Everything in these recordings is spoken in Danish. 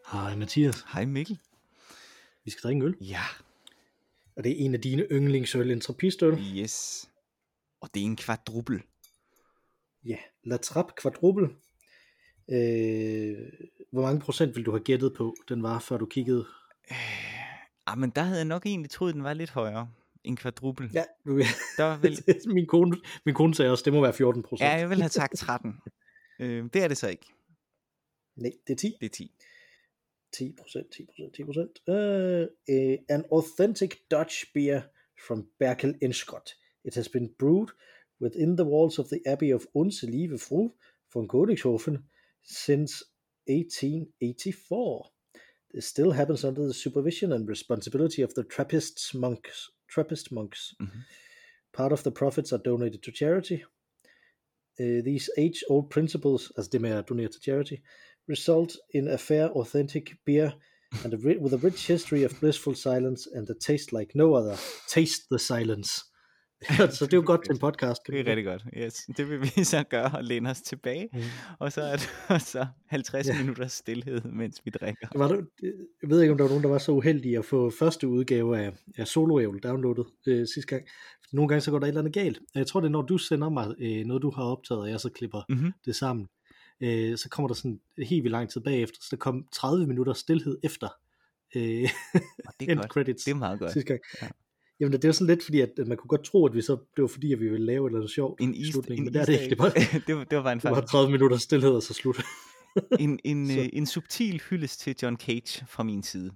Hej Mathias. Hej Mikkel. Vi skal drikke en øl. Ja. Og det er en af dine yndlingsøl, en trappistøl. Yes. Og det er en kvadruppel. Ja, La Trappe Quadruple. Hvor mange procent vil du have gættet på, den var, før du kiggede? Men der havde jeg nok egentlig troet, den var lidt højere. En kvadruppel. Ja, Der vil... min kone sagde også, det må være 14%. Ja, jeg vil have sagt 13. Det er det så ikke. Nej, det er 10. Det er 10. 10%. An authentic Dutch beer from Berkel Inschot. It has been brewed within the walls of the Abbey of Unse Lieve Fru von Königshofen since 1884. This still happens under the supervision and responsibility of the Trappist monks. Mm-hmm. Part of the profits are donated to charity. These age-old principles, altså det med at donere til charity, result in a fair, authentic beer and with a rich history of blissful silence and a taste like no other. Taste the silence. Så det er jo godt til en podcast. Det er rigtig godt. Yes. Det vil vi så gøre og læne os tilbage. Og så er det så 50 minutter stillhed, mens vi drikker. Jeg ved ikke, om der var nogen, der var så uheldige at få første udgave af Soloævel downloadet sidste gang. Nogle gange så går der et eller andet galt. Jeg tror, det er, når du sender mig noget, du har optaget, og jeg så klipper det sammen. Så kommer der sådan helt vildt lang tid bagefter. Så der kom 30 minutter stillhed efter det er godt. Credits. Det er meget godt. Sidste gang. Ja. Jamen det er sådan lidt fordi, at man kunne godt tro, at det var fordi, at vi ville lave et eller andet sjovt i slutningen, men det er det ikke. Det var en fejl. Det var 30 minutter stillhed, og så slut. en subtil hyldest til John Cage fra min side.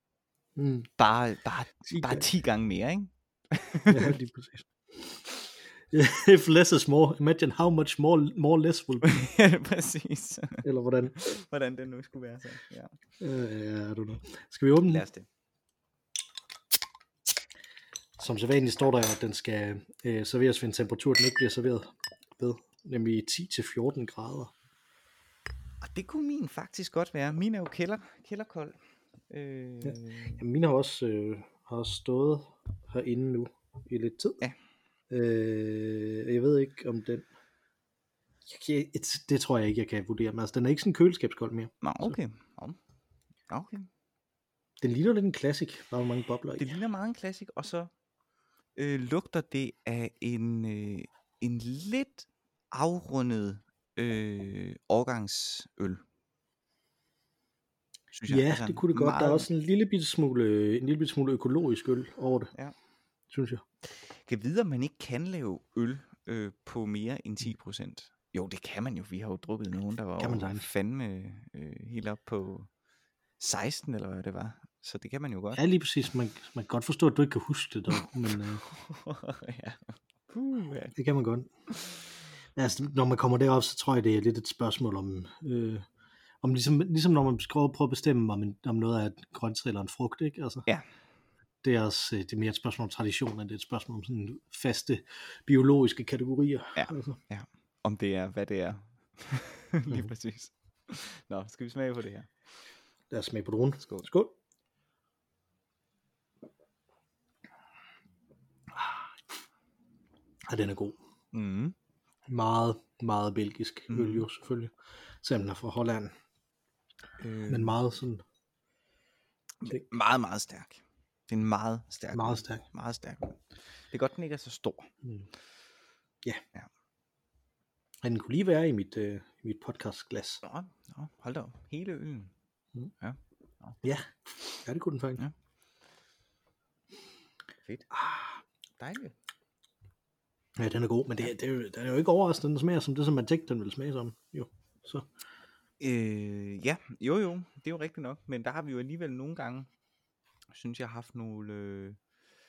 Bare 10 gange mere, ikke? Ja, lige præcis. If less is more, imagine how much more less will be. Ja, præcis. Eller hvordan? Hvordan det nu skulle være så. Ja. Ja, du know. Skal vi åbne den? Lad os det. Som sædvanligt står der, at den skal serveres ved en temperatur, den ikke bliver serveret ved, nemlig 10-14 grader. Og det kunne min faktisk godt være. Min er jo kælderkold. Ja. Jamen, min har også stået herinde nu i lidt tid. Ja. Jeg ved ikke om den... Det tror jeg ikke, jeg kan vurdere. Men altså, den er ikke sådan køleskabskold mere. Nå, okay. Okay. Den ligner lidt en classic, bare mange bobler i. Det ligner meget en classic, og så lugter det af en lidt afrundet årgangsøl. Synes jeg. Ja, altså, det kunne det godt. Der er også en lille bitte smule økologisk øl over det. Ja. Synes jeg. Kan vide, om man ikke kan lave øl på mere end 10%? Jo, det kan man jo. Vi har jo drukket nogen, der var fandme helt op på 16, eller hvad det var. Så det kan man jo godt. Ja, lige præcis. Man kan godt forstå, at du ikke kan huske det dog, men ja. Det kan man godt. Altså, når man kommer derop, så tror jeg, det er lidt et spørgsmål om ligesom når man prøver at bestemme, om noget er et grøntræ eller en frugt, ikke? Altså, ja. Det er også det er mere et spørgsmål om tradition, end det er et spørgsmål om sådan faste biologiske kategorier. Ja, altså. Ja. Om det er, hvad det er. Lige præcis. Nå, skal vi smage på det her? Lad os smage på dronen. Skål. Skål. Den er god. Meget, meget belgisk øl jo selvfølgelig. Selvom den er fra Holland. Men meget sådan... Meget, meget stærk. Det er en meget stærk. Meget stærk. Meget stærk. Det er godt, den ikke er så stor. Ja. Den kunne lige være i mit podcastglas. Nå, hold da op. Hele øllen. Ja. Ja, det kunne den faktisk. Ja. Fedt. Dejligt. Ja, den er god, men den er jo ikke overraskende, den smager som det, som man tænkte, den ville smage som. Jo, så. Ja, jo, det er jo rigtigt nok, men der har vi jo alligevel nogle gange, synes jeg, haft nogle,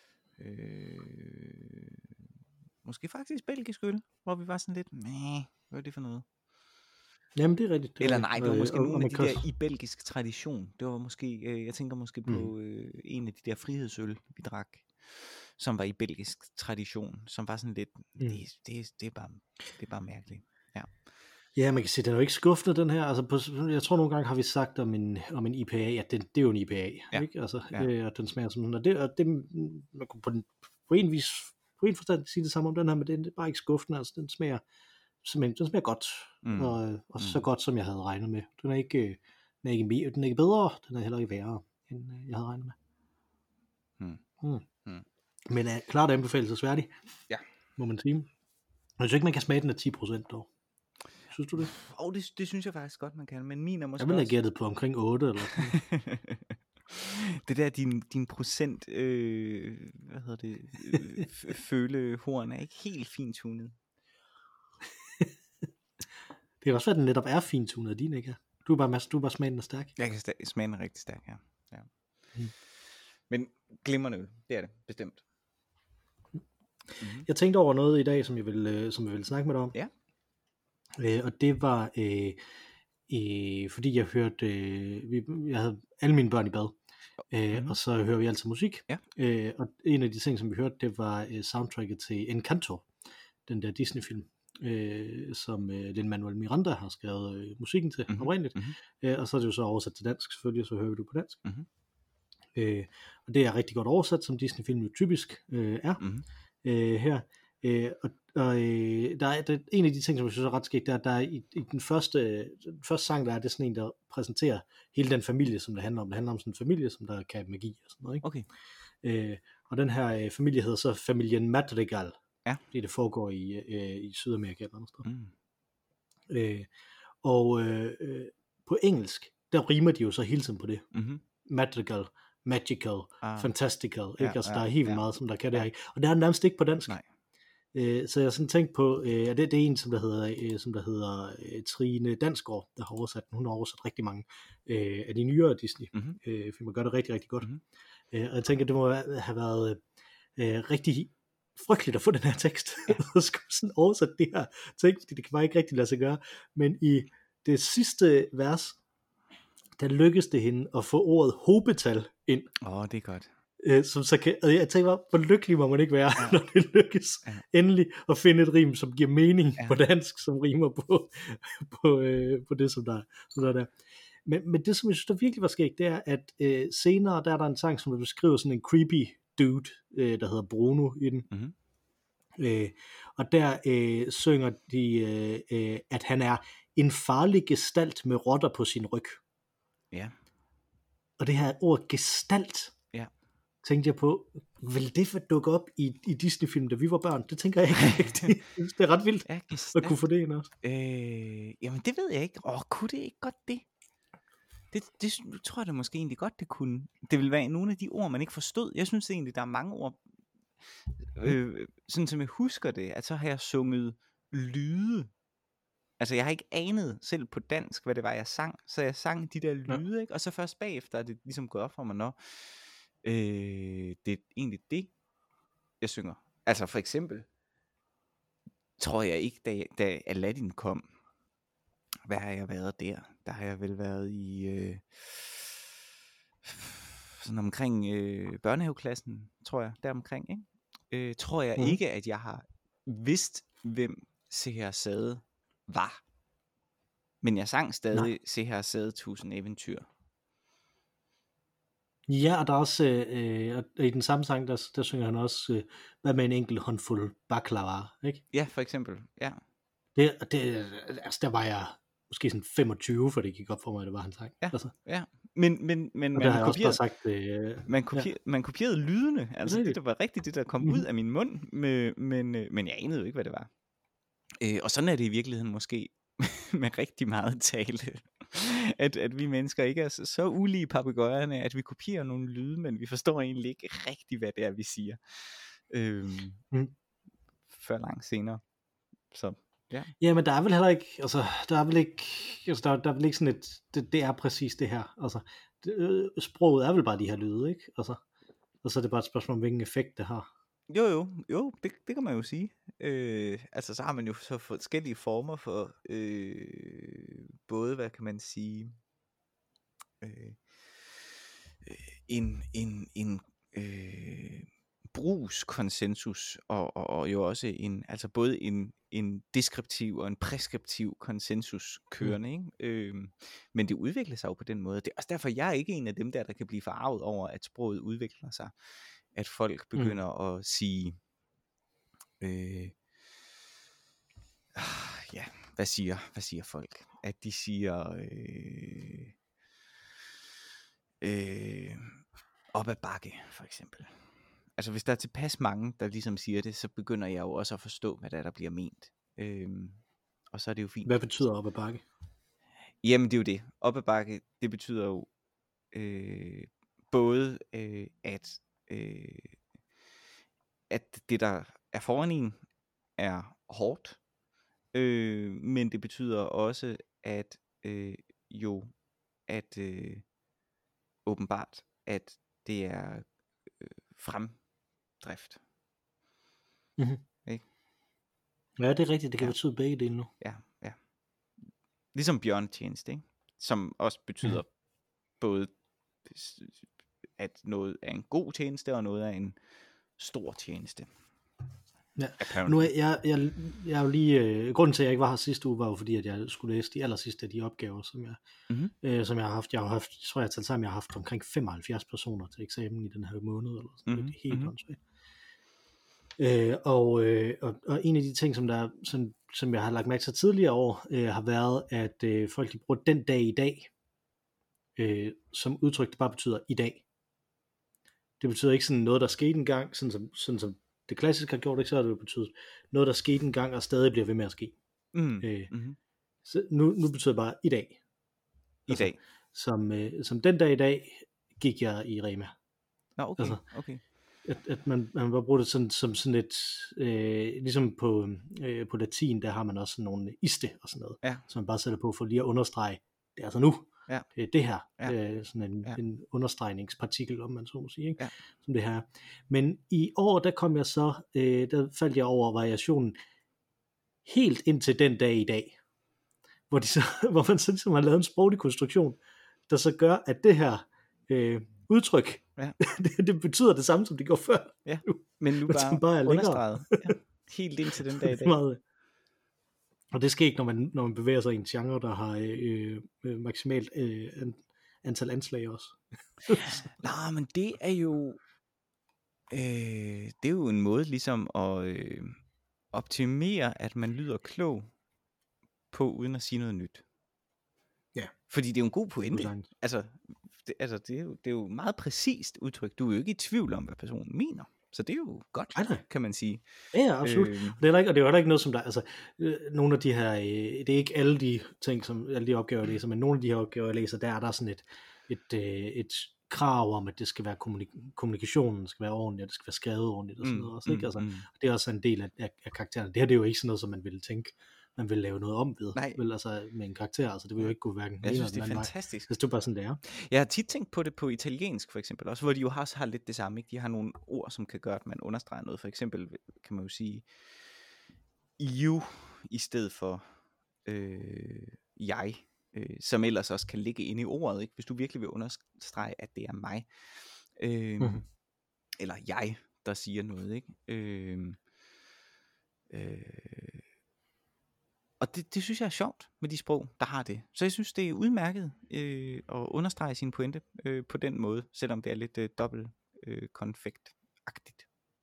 måske faktisk belgisk øl, hvor vi var sådan lidt, hvad er det for noget? Jamen, det er rigtigt. Eller nej, det var måske nogle af de der i belgisk tradition. Det var måske, jeg tænker måske på en af de der frihedsøl, vi drak, som var i belgisk tradition, som var sådan lidt, det er bare mærkeligt. Ja. Ja, man kan sige, den er jo ikke skuffende, den her. Altså, jeg tror nogle gange har vi sagt om en IPA, at det er jo en IPA, ikke? Altså, at den smager som den. Og det man kunne på en forstand sige det samme om den her, men det er bare ikke skuffende. Altså, den smager godt, og så godt, som jeg havde regnet med. Den er den er ikke bedre, den er heller ikke værre, end jeg havde regnet med. Men er klart anbefalelsesværdig, må man sige. Jeg synes ikke, man kan smage den af 10% dog. Synes du det? Det synes jeg faktisk godt, man kan, men min er måske jeg ville have gættet på omkring 8 eller sådan. Det der, din procent, følehorn er ikke helt fintunet. Det kan også være, at den netop er fintunet, og din ikke er. Du er bare smagen er stærk. Jeg kan smagen er rigtig stærk, ja. Men glimrende øl, det er det, bestemt. Jeg tænkte over noget i dag, som jeg vil snakke med dig om. Ja. Og det var, fordi jeg hørte, jeg havde alle mine børn i bad, og så hører vi altid musik. Ja. Og en af de ting, som vi hørte, det var soundtracket til Encanto, den der Disney-film, som Lin-Manuel Miranda har skrevet musikken til oprindeligt. Og så er det jo så oversat til dansk, selvfølgelig, så hører vi det på dansk. Og det er rigtig godt oversat, som Disney-film jo typisk er. Her. Der er en af de ting, som jeg synes er ret skægt, der er i den første sang, der er det sådan en, der præsenterer hele den familie, som det handler om. Det handler om sådan en familie, som der kan magi og sådan noget, ikke? Okay. Og den her familie hedder så familien Madrigal, fordi det foregår i Sydamerika eller andet sted. På engelsk, der rimer de jo så hele tiden på det. Madrigal, magical, fantastical, ikke? Altså der er helt meget, som der kan det her, ikke? Og det er nærmest ikke på dansk. Nej. Så jeg sådan tænkt på, det er en, som der hedder Trine Dansgaard, der har oversat den. Hun har oversat rigtig mange af de nyere Disney-film, og gør det rigtig, rigtig godt. Og jeg tænker, det må have været rigtig frygteligt at få den her tekst, og skulle sådan oversætte det her tekst, fordi det kan bare ikke rigtig lade sig gøre. Men i det sidste vers, der lykkedes det hende at få ordet hobetal ind. Det er godt. Som så kan, og jeg tænker bare, hvor lykkelig må man ikke være, når det lykkes endelig at finde et rim, som giver mening på dansk, som rimer på det, som der er der. Men det, som jeg synes, der virkelig var skægt, det er, at senere, der er der en sang, som beskriver sådan en creepy dude, der hedder Bruno i den. Og der synger de, at han er en farlig gestalt med rotter på sin ryg. Ja. Og det her ord gestalt, tænkte jeg på, vil det dukke op i Disney-film, da vi var børn? Det tænker jeg ikke. Det er ret vildt, at kunne få det ind også. Jamen det ved jeg ikke. Kunne det ikke godt det? Det tror jeg da måske egentlig godt, det kunne. Det vil være nogle af de ord, man ikke forstod. Jeg synes egentlig, der er mange ord, sådan som jeg husker det, at så har jeg sunget lyde. Altså jeg har ikke anet selv på dansk, hvad det var, jeg sang. Så jeg sang de der lyde, ikke? Og så først bagefter er det ligesom gået op for mig, det er egentlig det, jeg synger. Altså for eksempel, tror jeg ikke, da Aladdin kom, hvad har jeg været der? Der har jeg vel været i sådan omkring børnehaveklassen, tror jeg, deromkring, ikke? Tror jeg ikke, at jeg har vidst, hvem Scheherazade var. Men jeg sang stadig Scheherazade 1000 eventyr. Ja, og der er også i den samme sang, der synger han også, hvad med en enkelt håndfuld baklava, ikke? Ja, for eksempel, ja. Altså, der var jeg måske sådan 25, for det gik op for mig, at det var hans sang. Ja, altså. Ja. Men man kopierede lydene, altså det der var rigtigt, det der kom ud af min mund, men jeg anede jo ikke, hvad det var. Og sådan er det i virkeligheden måske med rigtig meget tale, at vi mennesker ikke er så ulige papegøjerne, at vi kopierer nogle lyde, men vi forstår egentlig ikke rigtigt, hvad det er, vi siger. Før langt senere. Så ja. Ja, men der er vel heller ikke, altså der er vel ikke sådan et, det er præcis det her, altså sproget er vel bare de her lyde, ikke? Altså, og så er det bare et spørgsmål om, hvilken effekt det har. Jo, det kan man jo sige. Altså så har man jo så forskellige former for både, hvad kan man sige, en brugskonsensus og jo også altså både en deskriptiv og en preskriptiv konsensus kørende, ikke? Men det udvikler sig jo på den måde. Det er også derfor, jeg er ikke en af dem der kan blive forarvet over, at sproget udvikler sig. At folk begynder at sige, hvad siger folk? At de siger, op ad bakke, for eksempel. Altså hvis der er tilpas mange, der ligesom siger det, så begynder jeg jo også at forstå, hvad der bliver ment. Og så er det jo fint. Hvad betyder op ad bakke? Jamen det er jo det. Op ad bakke, det betyder jo både at det der er foran en er hårdt, men det betyder også at åbenbart at det er fremdrift. Mm-hmm. Ikke? Ja, det er rigtigt. Det kan betyde begge dele nu. Ja. Ligesom bjørnetjeneste, ikke? Som også betyder både at noget er en god tjeneste og noget er en stor tjeneste. Ja. Nu jeg er jo lige grunden til at jeg ikke var her sidste uge var jo fordi at jeg skulle læse de allersidste af de opgaver som jeg har haft. Jeg har haft, tror jeg sammen jeg har haft omkring 75 personer til eksamen i den her måned eller sådan. Det er helt åndssvagt. Og en af de ting som jeg har lagt mærke til tidligere år har været at folk de bruger den dag i dag som udtryk det bare betyder i dag. Det betyder ikke sådan noget der skete engang sådan som det klassiske har gjort, ikke, så har det jo betydet noget der skete engang og stadig bliver ved med at ske. Så nu betyder det bare i dag. I dag. Som den dag i dag gik jeg i Rema. Nå, okay. Altså, okay. At man bare bruger det sådan, som sådan et ligesom på latin der har man også sådan nogle iste og sådan noget, som man bare sætter på for lige at understrege det er altså nu. Ja. Det er det her. Det er sådan en understregningspartikel, om man så må sige, ikke? Ja. Som det her. Men i år, der kom jeg så, der faldt jeg over variationen helt indtil den dag i dag, hvor man så ligesom har lavet en sproglig konstruktion, der så gør, at det her udtryk, det betyder det samme, som det gjorde før. Ja, men nu bare understreget. Ja. Helt indtil den dag i dag. Og det sker ikke, når man bevæger sig i en genre, der har maksimalt antal anslag også. Nej, men det er jo en måde ligesom at optimere, at man lyder klog på, uden at sige noget nyt. Ja. Fordi det er jo en god pointe. Altså, det er jo meget præcist udtryk. Du er jo ikke i tvivl om, hvad personen mener. Så det er jo godt, kan man sige. Ja, absolut. Det er jo ikke noget som der, altså nogle af de her, det er ikke alle de ting, som alle de opgaver jeg læser, men nogle af de her opgaver jeg læser, der er der sådan et krav om, at det skal være kommunikationen skal være ordentlig, og det skal være skrevet ordentligt og sådan noget også, ikke? Altså, det er også en del af karakteren. Det her det er jo ikke sådan noget, som man ville tænke, man vil lave noget om ved, vel, altså med en karakter, altså det vil jo ikke gå hverken. Jeg synes det er fantastisk. Det er bare sådan det er. Jeg har tit tænkt på det på italiensk for eksempel også, hvor de jo har lidt det samme, ikke? De har nogle ord, som kan gøre, at man understreger noget. For eksempel kan man jo sige you i stedet for jeg, som ellers også kan ligge inde i ordet, ikke? Hvis du virkelig vil understrege, at det er mig, eller jeg, der siger noget, ikke? Og det synes jeg er sjovt med de sprog, der har det. Så jeg synes, det er udmærket at understrege sin pointe på den måde, selvom det er lidt dobbelt konfekt-agtigt.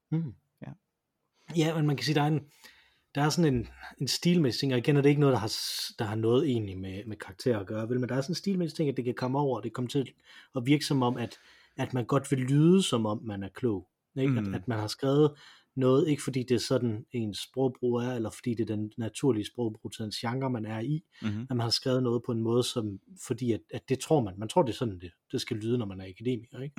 Ja, men man kan sige, der er sådan en stilmæssig ting, og igen er det ikke noget, der har noget egentlig med karakter at gøre, vel? Men der er sådan en stilmæssig ting, at det kan komme over, og det kommer til at virke som om, at man godt vil lyde, som om man er klog. Ikke? At man har skrevet noget, ikke fordi det er sådan ens sprogbrug er, eller fordi det er den naturlige sprogbrug til den genre, man er i, at man har skrevet noget på en måde, som, fordi at det tror man tror det er sådan, det skal lyde, når man er akademiker, ikke?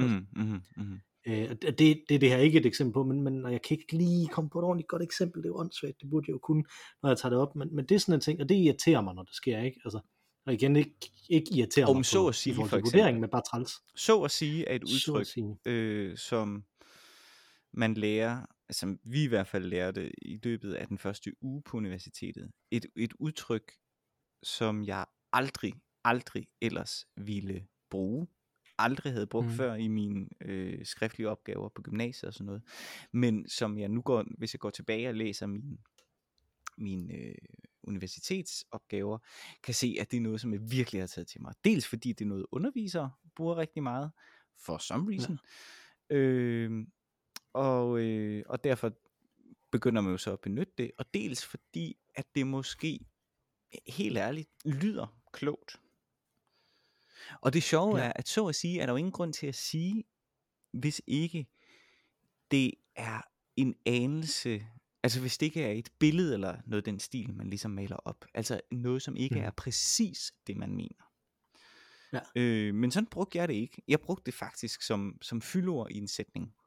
Det her er ikke et eksempel på, men jeg kan ikke lige komme på et ordentligt godt eksempel, det er jo åndssvagt, det burde jeg jo kunne, når jeg tager det op, men det er sådan en ting, og det irriterer mig, når det sker, ikke? Altså, og igen, ikke irriterer mig så at sige, i forhold til vurderingen, men bare træls. Så at sige er et udtryk, som man lærer, som vi i hvert fald lærte i løbet af den første uge på universitetet. Et udtryk, som jeg aldrig ellers ville bruge. Aldrig havde brugt før i mine skriftlige opgaver på gymnasiet og sådan noget. Men som jeg nu hvis jeg går tilbage og læser mine universitetsopgaver, kan se, at det er noget, som jeg virkelig har taget til mig. Dels fordi det er noget, undervisere bruger rigtig meget, for some reason. Og derfor begynder man jo så at benytte det, og dels fordi, at det måske helt ærligt lyder klogt. Og det sjove er, at så at sige, er der jo ingen grund til at sige, hvis ikke det er en anelse, altså hvis det ikke er et billede eller noget af den stil, man ligesom maler op. Altså noget, som ikke er præcis det, man mener. Ja. Men sådan brugte jeg det ikke. Jeg brugte det faktisk som fyldord i en sætning.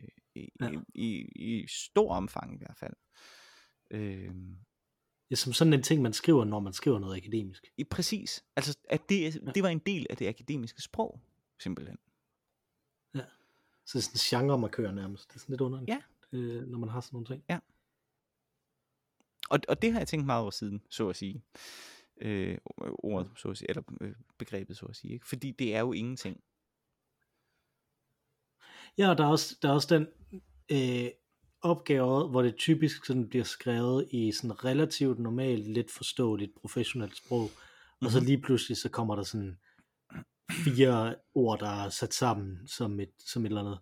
I stor omfang i hvert fald. Ja, som sådan en ting, man skriver, når man skriver noget akademisk. Præcis. Altså, at det var en del af det akademiske sprog, simpelthen. Ja. Så det er sådan en genremarkør nærmest. Det er sådan lidt underligt, når man har sådan nogle ting. Ja. Og det har jeg tænkt meget over siden, så at sige. Ordet, så at sige, eller begrebet, så at sige. Ikke? Fordi det er jo ingenting. Ja, og der er også den opgave, hvor det typisk sådan bliver skrevet i sådan relativt normalt, lidt forståeligt, professionelt sprog, og så lige pludselig så kommer der sådan 4 ord, der er sat sammen som et eller andet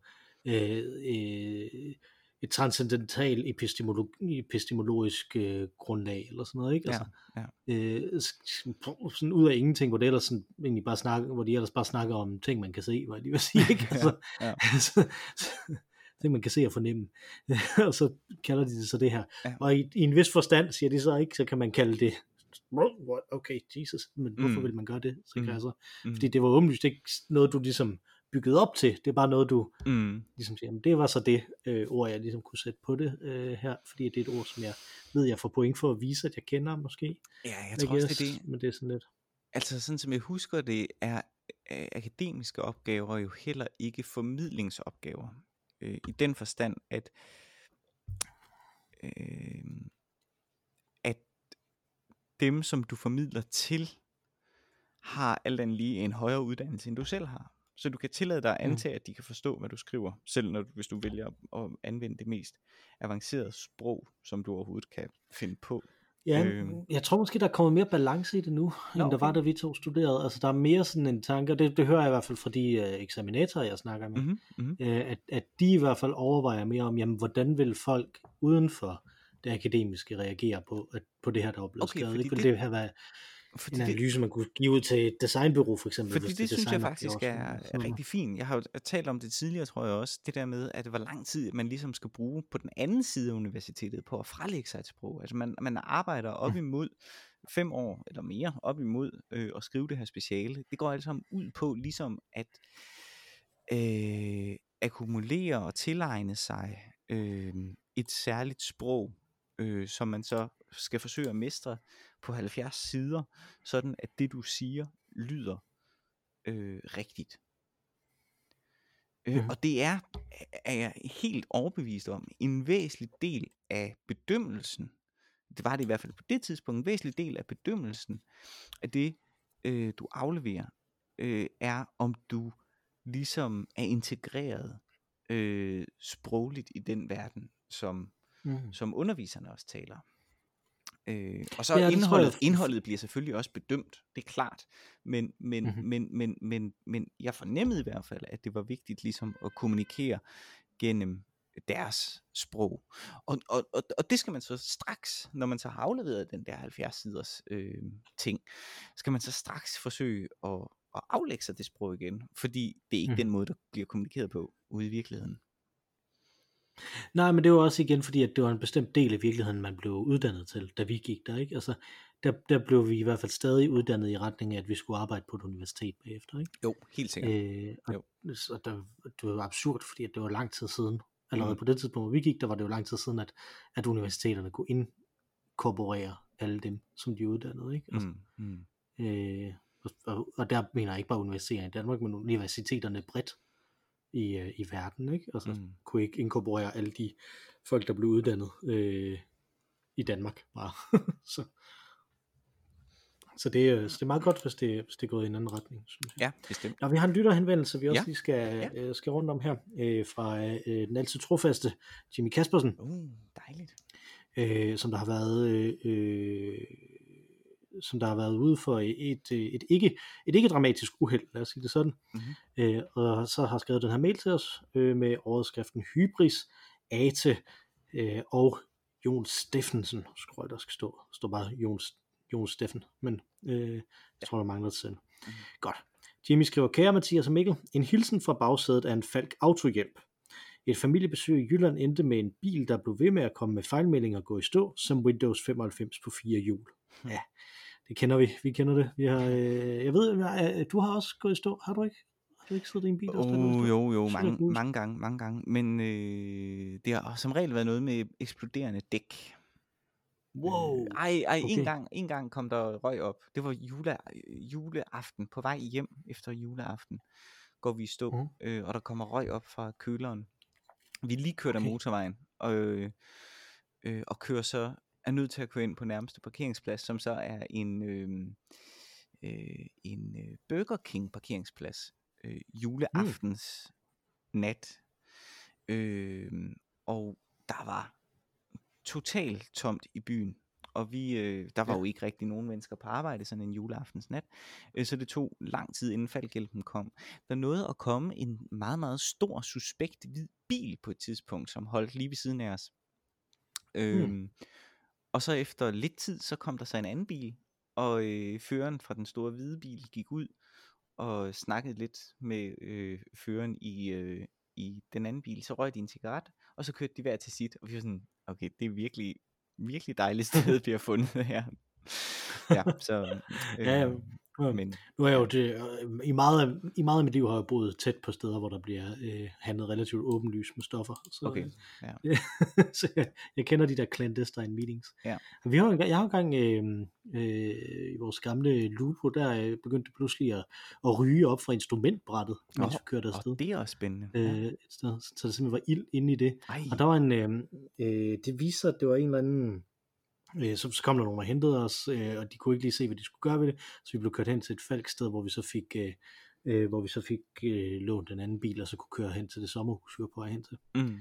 et transcendental epistemologisk grundlag, eller sådan noget, ikke? Altså, sådan ud af ingenting, hvor det ellers sådan, egentlig bare snakker, hvor de ellers bare snakker om ting, man kan se, hvad de vil sige, ikke? Altså, ting, man kan se og fornemme. Og så kalder de det så det her. Ja. Og i en vis forstand, siger de så ikke, så kan man kalde det, okay, Jesus, men hvorfor vil man gøre det? Så kan jeg så, fordi det var åbenlyst ikke noget, du ligesom byggede op til. Det er bare noget, du ligesom siger, men det var så det ord, jeg ligesom kunne sætte på det her, fordi det er et ord, som jeg ved, jeg får point for at vise, at jeg kender måske. Ja, jeg tror også, det er det. Men det er sådan lidt. Altså sådan som jeg husker det, er akademiske opgaver jo heller ikke formidlingsopgaver. I den forstand, at dem, som du formidler til, har alt andet lige en højere uddannelse, end du selv har. Så du kan tillade dig at antage, at de kan forstå, hvad du skriver, selv hvis du vælger at anvende det mest avancerede sprog, som du overhovedet kan finde på. Ja, jeg tror måske, der er kommet mere balance i det nu, end der var, da vi to studerede. Altså, der er mere sådan en tanke, og det hører jeg i hvert fald fra de eksaminatorer, jeg snakker med, at de i hvert fald overvejer mere om, jamen, hvordan vil folk uden for det akademiske reagere på det her, der er blevet skrevet. Ikke? Det her være en analyse, man kunne give ud til et designbureau, for eksempel. Fordi det synes jeg faktisk er rigtig fint. Jeg har jo talt om det tidligere, tror jeg også, det der med, at hvor lang tid man ligesom skal bruge på den anden side af universitetet på at frelægge sig et sprog. Altså man arbejder op imod 5 år eller mere, op imod at skrive det her speciale. Det går altså ud på ligesom at akkumulere og tilegne sig et særligt sprog, som man så skal forsøge at mestre på 70 sider, sådan at det du siger lyder rigtigt. Og det er jeg helt overbevist om, en væsentlig del af bedømmelsen, det var det i hvert fald på det tidspunkt, en væsentlig del af bedømmelsen af det du afleverer, er om du ligesom er integreret sprogligt i den verden, som underviserne også taler. Og så indholdet bliver selvfølgelig også bedømt, det er klart, men jeg fornemmede i hvert fald, at det var vigtigt ligesom at kommunikere gennem deres sprog. Og det skal man så straks, når man så har afleveret den der 70 siders ting, skal man så straks forsøge at aflægge sig det sprog igen, fordi det er ikke den måde, der bliver kommunikeret på ude i virkeligheden. Nej, men det var også igen, fordi at det var en bestemt del af virkeligheden, man blev uddannet til, da vi gik der, ikke? Altså, der blev vi i hvert fald stadig uddannet i retning af, at vi skulle arbejde på et universitet bagefter, ikke? Jo, helt sikkert. Og det var absurd, fordi at det var lang tid siden, allerede på det tidspunkt, hvor vi gik, der var det jo lang tid siden, at universiteterne kunne inkorporere alle dem, som de uddannede, ikke? Altså, og der mener jeg ikke bare universiteterne i Danmark, men universiteterne bredt i verden, ikke? Altså kunne ikke inkorporere alle de folk, der blev uddannet i Danmark bare. så det er meget godt, hvis det er gået i en anden retning, synes jeg. Ja, bestemt. Og vi har en lytterhenvendelse, vi også lige skal rundt om her, fra den altid trofaste Jimmy Kaspersen. Dejligt. Som der har været ude for et ikke dramatisk uheld, lad os sige det sådan, og så har skrevet den her mail til os med overskriften Hybris, Ate og Jon Steffensen, tror jeg der skal stå. Der står bare Jon Steffen, men jeg tror der mangler et send. Godt. Jimmy skriver, kære Mathias og Mikkel, en hilsen fra bagsædet af en Falck Autohjælp. Et familiebesøg i Jylland endte med en bil, der blev ved med at komme med fejlmeldinger og gå i stå, som Windows 95 på 4 hjul. Ja, det kender vi. Vi kender det. Vi har, jeg ved, du har også gået i stå, har du ikke? Har du ikke siddet i en bil? Jo, mange gange. Men det har som regel været noget med eksploderende dæk. Wow. Okay. En gang kom der røg op. Det var juleaften, på vej hjem efter juleaften, går vi i stå, og der kommer røg op fra køleren. Vi lige kørt af motorvejen, og kører så, er nødt til at køre ind på nærmeste parkeringsplads, som så er en Burger King parkeringsplads, juleaftens nat, og der var totalt tomt i byen, og der var jo ikke rigtig nogen mennesker på arbejde sådan en juleaftens nat, så det tog lang tid inden Falck-hjælpen kom. Der nåede at komme en meget, meget stor suspekt hvid bil på et tidspunkt, som holdt lige ved siden af os. Og så efter lidt tid, så kom der så en anden bil, og føreren fra den store hvide bil gik ud og snakkede lidt med føreren i den anden bil. Så røg de en cigaret, og så kørte de hver til sit, og vi var sådan, okay, det er virkelig, virkelig dejligt sted, vi har fundet her. Ja, så... Men nu er jeg jo i meget af mit liv har jeg boet tæt på steder, hvor der bliver handlet relativt åbenlyst med stoffer. Så, okay, ja. Så jeg kender de der clandestine meetings. Ja. Jeg har engang i vores gamle Lupo, der begyndte pludselig at ryge op fra instrumentbrættet, mens vi kørte afsted. Det er også spændende. Et sted, så der simpelthen var ild inde i det. Og der var det viser sig, at det var en eller anden... Så kom der nogen og hentede os, og de kunne ikke lige se, hvad de skulle gøre ved det, så vi blev kørt hen til et Falck-sted, hvor vi så fik lånt en anden bil, og så kunne køre hen til det sommerhus, vi var på vej hen til.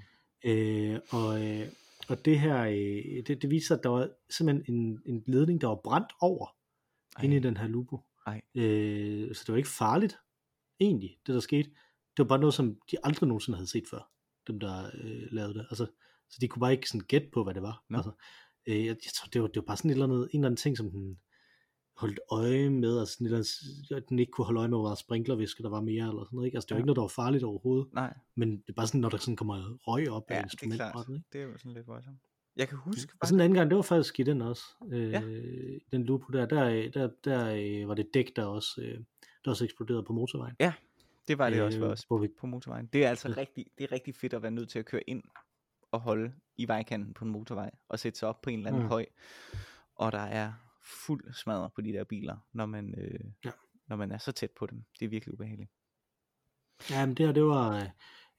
Og det her, det viser, at der var simpelthen en ledning, der var brændt over inde i den her Lupo. Så det var ikke farligt, egentlig, det der skete. Det var bare noget, som de aldrig nogensinde havde set før, dem der lavede det. Altså, så de kunne bare ikke sådan gætte på, hvad det var. Altså, jeg tror, det var bare sådan en eller anden ting, som den holdt øje med, altså sådan et eller andet, at den ikke kunne holde øje med, hvor der var sprinklervæske, der var mere, eller sådan noget, ikke? Altså det var ikke noget, der var farligt overhovedet. Nej. Men det er bare sådan, når der sådan kommer røg op af instrumentbrættet, ikke? Det er jo sådan lidt voldsomt. Jeg kan huske... Og sådan en anden gang, det var faktisk i den også, den Lupo der var det dæk, der også eksploderede på motorvejen. Ja, det var det også for os på motorvejen. Det er altså rigtig fedt at være nødt til at køre ind og holde i vejkanten på en motorvej og sætte sig op på en eller anden høj, og der er fuld smadret på de der biler, når man er så tæt på dem. Det er virkelig ubehageligt. Ja, men det var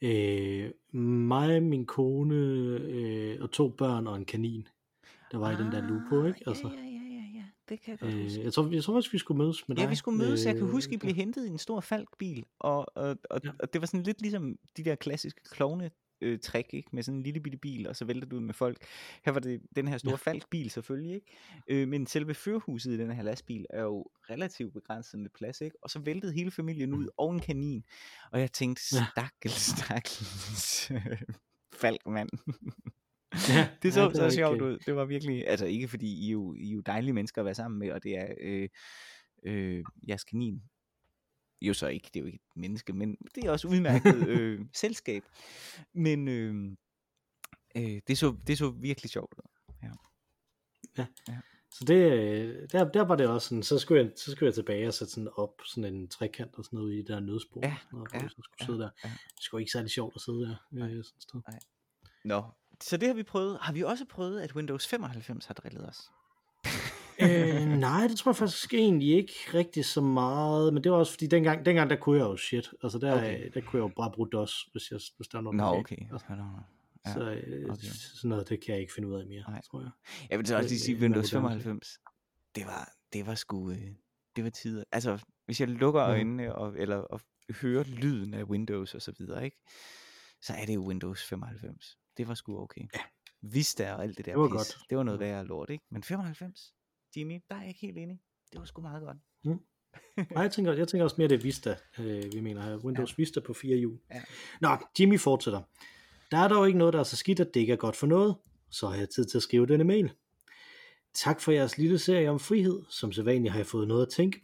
mig, min kone og 2 børn og en kanin, der var i den der Lupo, ikke? Altså, ja, det kan jeg godt huske. Jeg tror faktisk, vi skulle mødes med dig. Ja, vi skulle mødes. Jeg kan huske, I blev hentet i en stor Falck-bil, og det var sådan lidt ligesom de der klassiske klovne trick, ikke? Med sådan en lille bitte bil, og så vælter du ud med folk. Her var det den her store Falck-bil selvfølgelig, ikke? Men selve førerhuset i den her lastbil er jo relativt begrænset med plads, ikke? Og så væltede hele familien ud, og en kanin. Og jeg tænkte, stakkels Falck-mand. Ja, det så så sjovt ud. Det var virkelig, altså ikke fordi I er jo dejlige mennesker at være sammen med, og det er jeres kanin. Jo så ikke, det er jo ikke et menneske, men det er også udmærket selskab. Men det så virkelig sjovt ud. Ja. Så det, der var det også sådan, så skulle jeg tilbage og sætte sådan op, sådan en trekant og sådan noget i der nødspor. Ja, og så skulle sidde der. Det skulle ikke særlig sjovt at sidde der. Sådan et sted. Nå, så det har vi prøvet. Har vi også prøvet, at Windows 95 har drillet os? Nej, det tror jeg faktisk egentlig ikke rigtig så meget, men det var også fordi dengang der kunne jeg jo shit, altså der kunne jeg jo bare bruge DOS, hvis der var noget. Nå, okay. Ja, så sådan noget, det kan jeg ikke finde ud af mere, tror jeg. Jeg vil så også lige sige, Windows 95, det var sgu, det var tider. Altså, hvis jeg lukker øjnene og hører lyden af Windows og så videre, ikke, så er det jo Windows 95. Det var sgu okay. Ja. Vista og alt det der det var pis. Godt. Det var noget værre lort, ikke? Men 95, Jimmy, der er jeg ikke helt enig. Det var sgu meget godt. Nej, jeg tænker også mere det Vista, vi mener her. Windows Vista på 4 hjul. Ja. Nå, Jimmy fortsætter. Der er dog ikke noget, der er så skidt, at det ikke er godt for noget. Så har jeg tid til at skrive denne mail. Tak for jeres lille serie om frihed. Som sædvanligt har jeg fået noget at tænke på.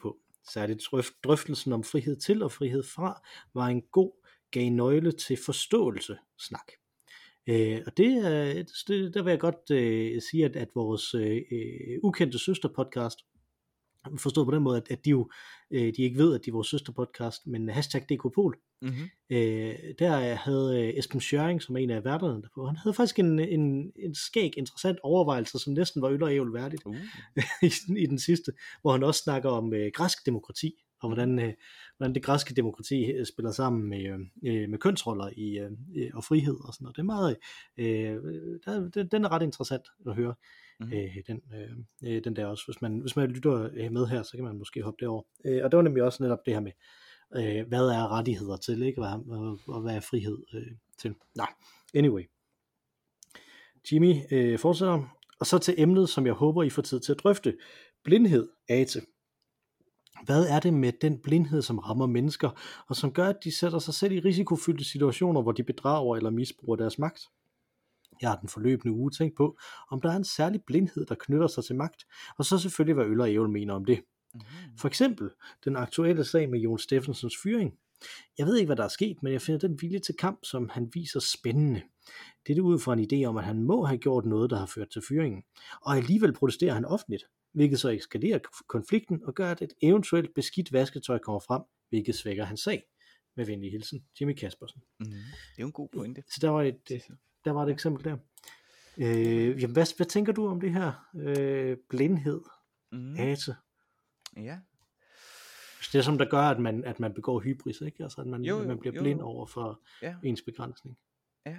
Særligt drøftelsen om frihed til og frihed fra var en god gav nøgle til forståelse snak. Og der vil jeg godt sige, at vores ukendte søsterpodcast, forstået på den måde, at de jo de ikke ved, at de er vores søsterpodcast, men #DKPol. Mm-hmm. Der havde Esben Schøring, som er en af værterne derpå, han havde faktisk en skæg, interessant overvejelse, som næsten var øl og ævel værdigt i den sidste, hvor han også snakker om græsk demokrati, og hvordan det græske demokrati spiller sammen med kønsroller og frihed og sådan noget. Det er meget, den er ret interessant at høre. Den der også, hvis man lytter med her, så kan man måske hoppe derover. Og det var nemlig også netop det her med, hvad er rettigheder til, ikke? Og hvad er frihed til. Nej, anyway. Jimmy fortsætter, og så til emnet, som jeg håber, I får tid til at drøfte. Blindhed, Ate. Hvad er det med den blindhed, som rammer mennesker, og som gør, at de sætter sig selv i risikofyldte situationer, hvor de bedrager eller misbruger deres magt? Jeg har den forløbende uge tænkt på, om der er en særlig blindhed, der knytter sig til magt, og så selvfølgelig, hvad Øl og Ævel mener om det. For eksempel den aktuelle sag med Jon Stephensens fyring. Jeg ved ikke, hvad der er sket, men jeg finder den vilje til kamp, som han viser spændende. Det er ud fra en idé om, at han må have gjort noget, der har ført til fyringen. Og alligevel protesterer han offentligt, hvilket så eskalerer konflikten og gør, at et eventuelt beskidt vasketøj kommer frem, hvilket svækker hans sag. Med venlig hilsen, Jimmy Kaspersen. Det er jo en god pointe. Så der var et eksempel der. Jamen, hvad tænker du om det her blindhed, Ate? Ja. Det er som der gør, at man begår hybris, ikke? Altså at man bliver blind over for ens begrænsning. Ja.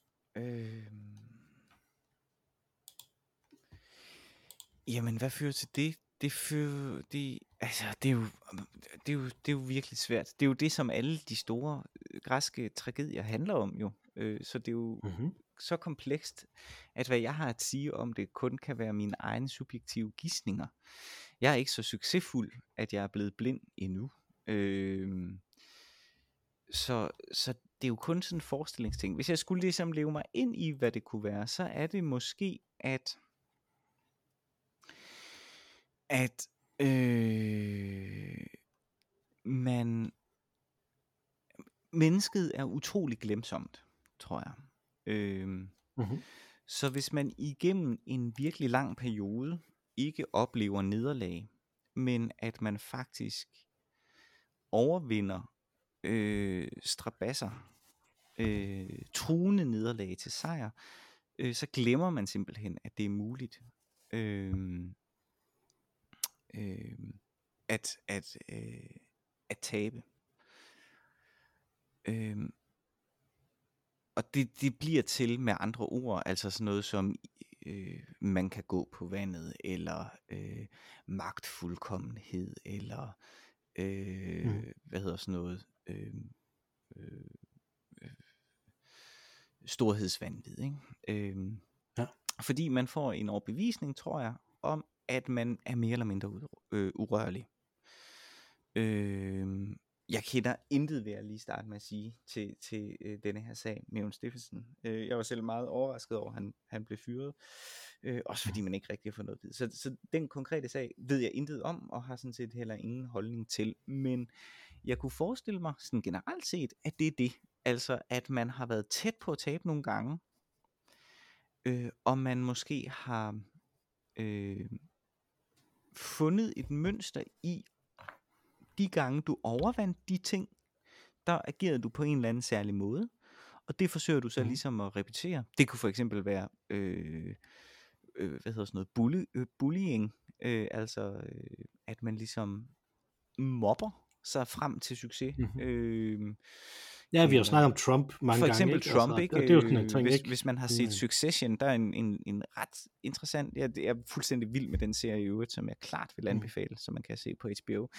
Jamen, hvad fører til det? Det er jo virkelig svært. Det er jo det, som alle de store græske tragedier handler om jo. Så det er jo så komplekst, at hvad jeg har at sige om det, kun kan være mine egne subjektive gidsninger. Jeg er ikke så succesfuld, at jeg er blevet blind endnu. Så det er jo kun sådan en forestillingsting. Hvis jeg skulle ligesom leve mig ind i, hvad det kunne være, så er det måske, at mennesket er utrolig glemsomt, tror jeg. Så hvis man igennem en virkelig lang periode ikke oplever nederlag, men at man faktisk overvinder strabasser, truende nederlag til sejr, så glemmer man simpelthen, at det er muligt at tabe. Og det bliver til med andre ord, altså sådan noget som man kan gå på vandet, eller magtfuldkommenhed, eller hvad hedder sådan noget, storhedsvanvid, ikke? Fordi man får en overbevisning, tror jeg, om at man er mere eller mindre urørlig. Jeg kender intet, ved at lige starte med at sige til denne her sag med Jon Stephensen. Jeg var selv meget overrasket over, at han blev fyret. Også fordi man ikke rigtig har fået noget at vide. Så den konkrete sag ved jeg intet om, og har sådan set heller ingen holdning til. Men jeg kunne forestille mig sådan generelt set, at det er det. Altså at man har været tæt på at tabe nogle gange, og man måske har fundet et mønster i de gange du overvandt de ting, der agerede du på en eller anden særlig måde, og det forsøger du så ligesom at repetere. Det kunne for eksempel være hvad hedder sådan noget bullying, altså at man ligesom mobber sig frem til succes. Ja, vi har snakket om Trump mange gange. For eksempel gange, Trump, ikke? ikke? Altså, det er jo hvis man har set Succession, der er en ret interessant, jeg er fuldstændig vild med den serie i øvrigt, som jeg klart vil anbefale, som man kan se på HBO.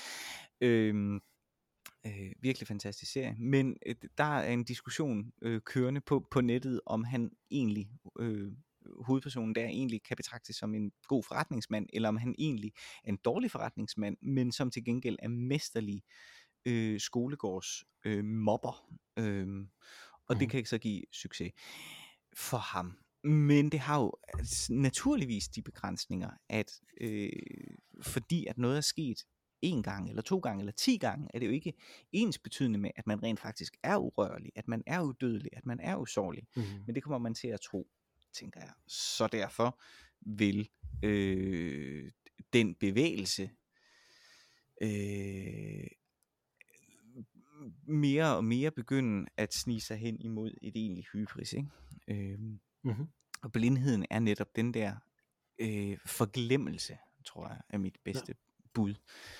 Virkelig fantastisk serie, men der er en diskussion kørende på nettet, om han egentlig hovedpersonen der egentlig kan betragtes som en god forretningsmand, eller om han egentlig er en dårlig forretningsmand, men som til gengæld er mesterlig skolegårds mobber, og det kan ikke så give succes for ham. Men det har jo naturligvis de begrænsninger, at fordi at noget er sket 1 gang, eller 2 gange, eller 10 gange, er det jo ikke ensbetydende med, at man rent faktisk er urørlig, at man er udødelig, at man er usårlig. Men det kommer man til at tro, tænker jeg. Så derfor vil den bevægelse mere og mere begynde at snige sig hen imod et egentligt hybris, ikke? Og blindheden er netop den der forglemmelse, tror jeg, er mit bedste bud.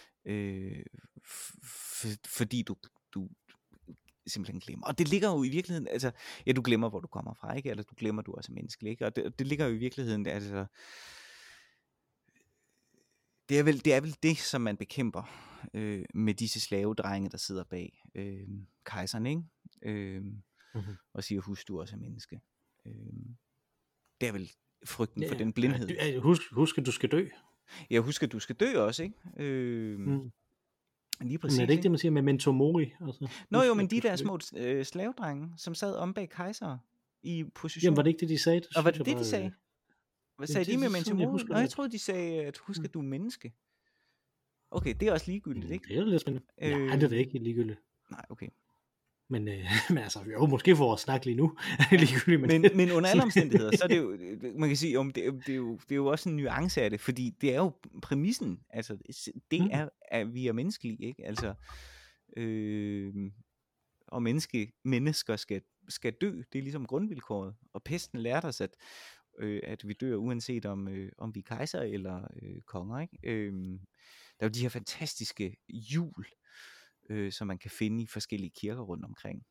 Fordi du simpelthen glemmer. Og det ligger jo i virkeligheden, altså, ja, du glemmer, hvor du kommer fra, ikke? Eller du glemmer, du også er menneskelig, ikke? Og det ligger jo i virkeligheden, altså, det er vel det, som man bekæmper med disse slavedrenge, der sidder bag kejseren, ikke? Og siger, husk, du også er menneske. Det er vel frygten for den blindhed. Husk, at du skal dø. Ja, husk, at du skal dø også, ikke? Lige præcis. Men er det ikke det, man siger med memento mori? Altså, nå jo, men de der små slavedrenge, som sad om bag kejser i position. Jamen, var det ikke det, de sagde? Og var det det, de sagde? Hvad sagde de med memento mori? Nå, jeg troede, de sagde, at husk, at du er menneske. Okay, det er også ligegyldigt, ikke? Det er jo lidt spændende. Nej, det er ikke ligegyldigt. Nej, okay. Men altså, jo, måske for at snakke lige nu. men under alle omstændigheder, så er det jo, man kan sige, det er jo også en nuance af det, fordi det er jo præmissen, altså, det er, at vi er menneskelige, ikke? Altså, og mennesker skal dø, det er ligesom grundvilkåret, og pesten lærte os, at vi dør, uanset om vi er kejser eller konger, ikke? Der er jo de her fantastiske hjul, som man kan finde i forskellige kirker rundt omkring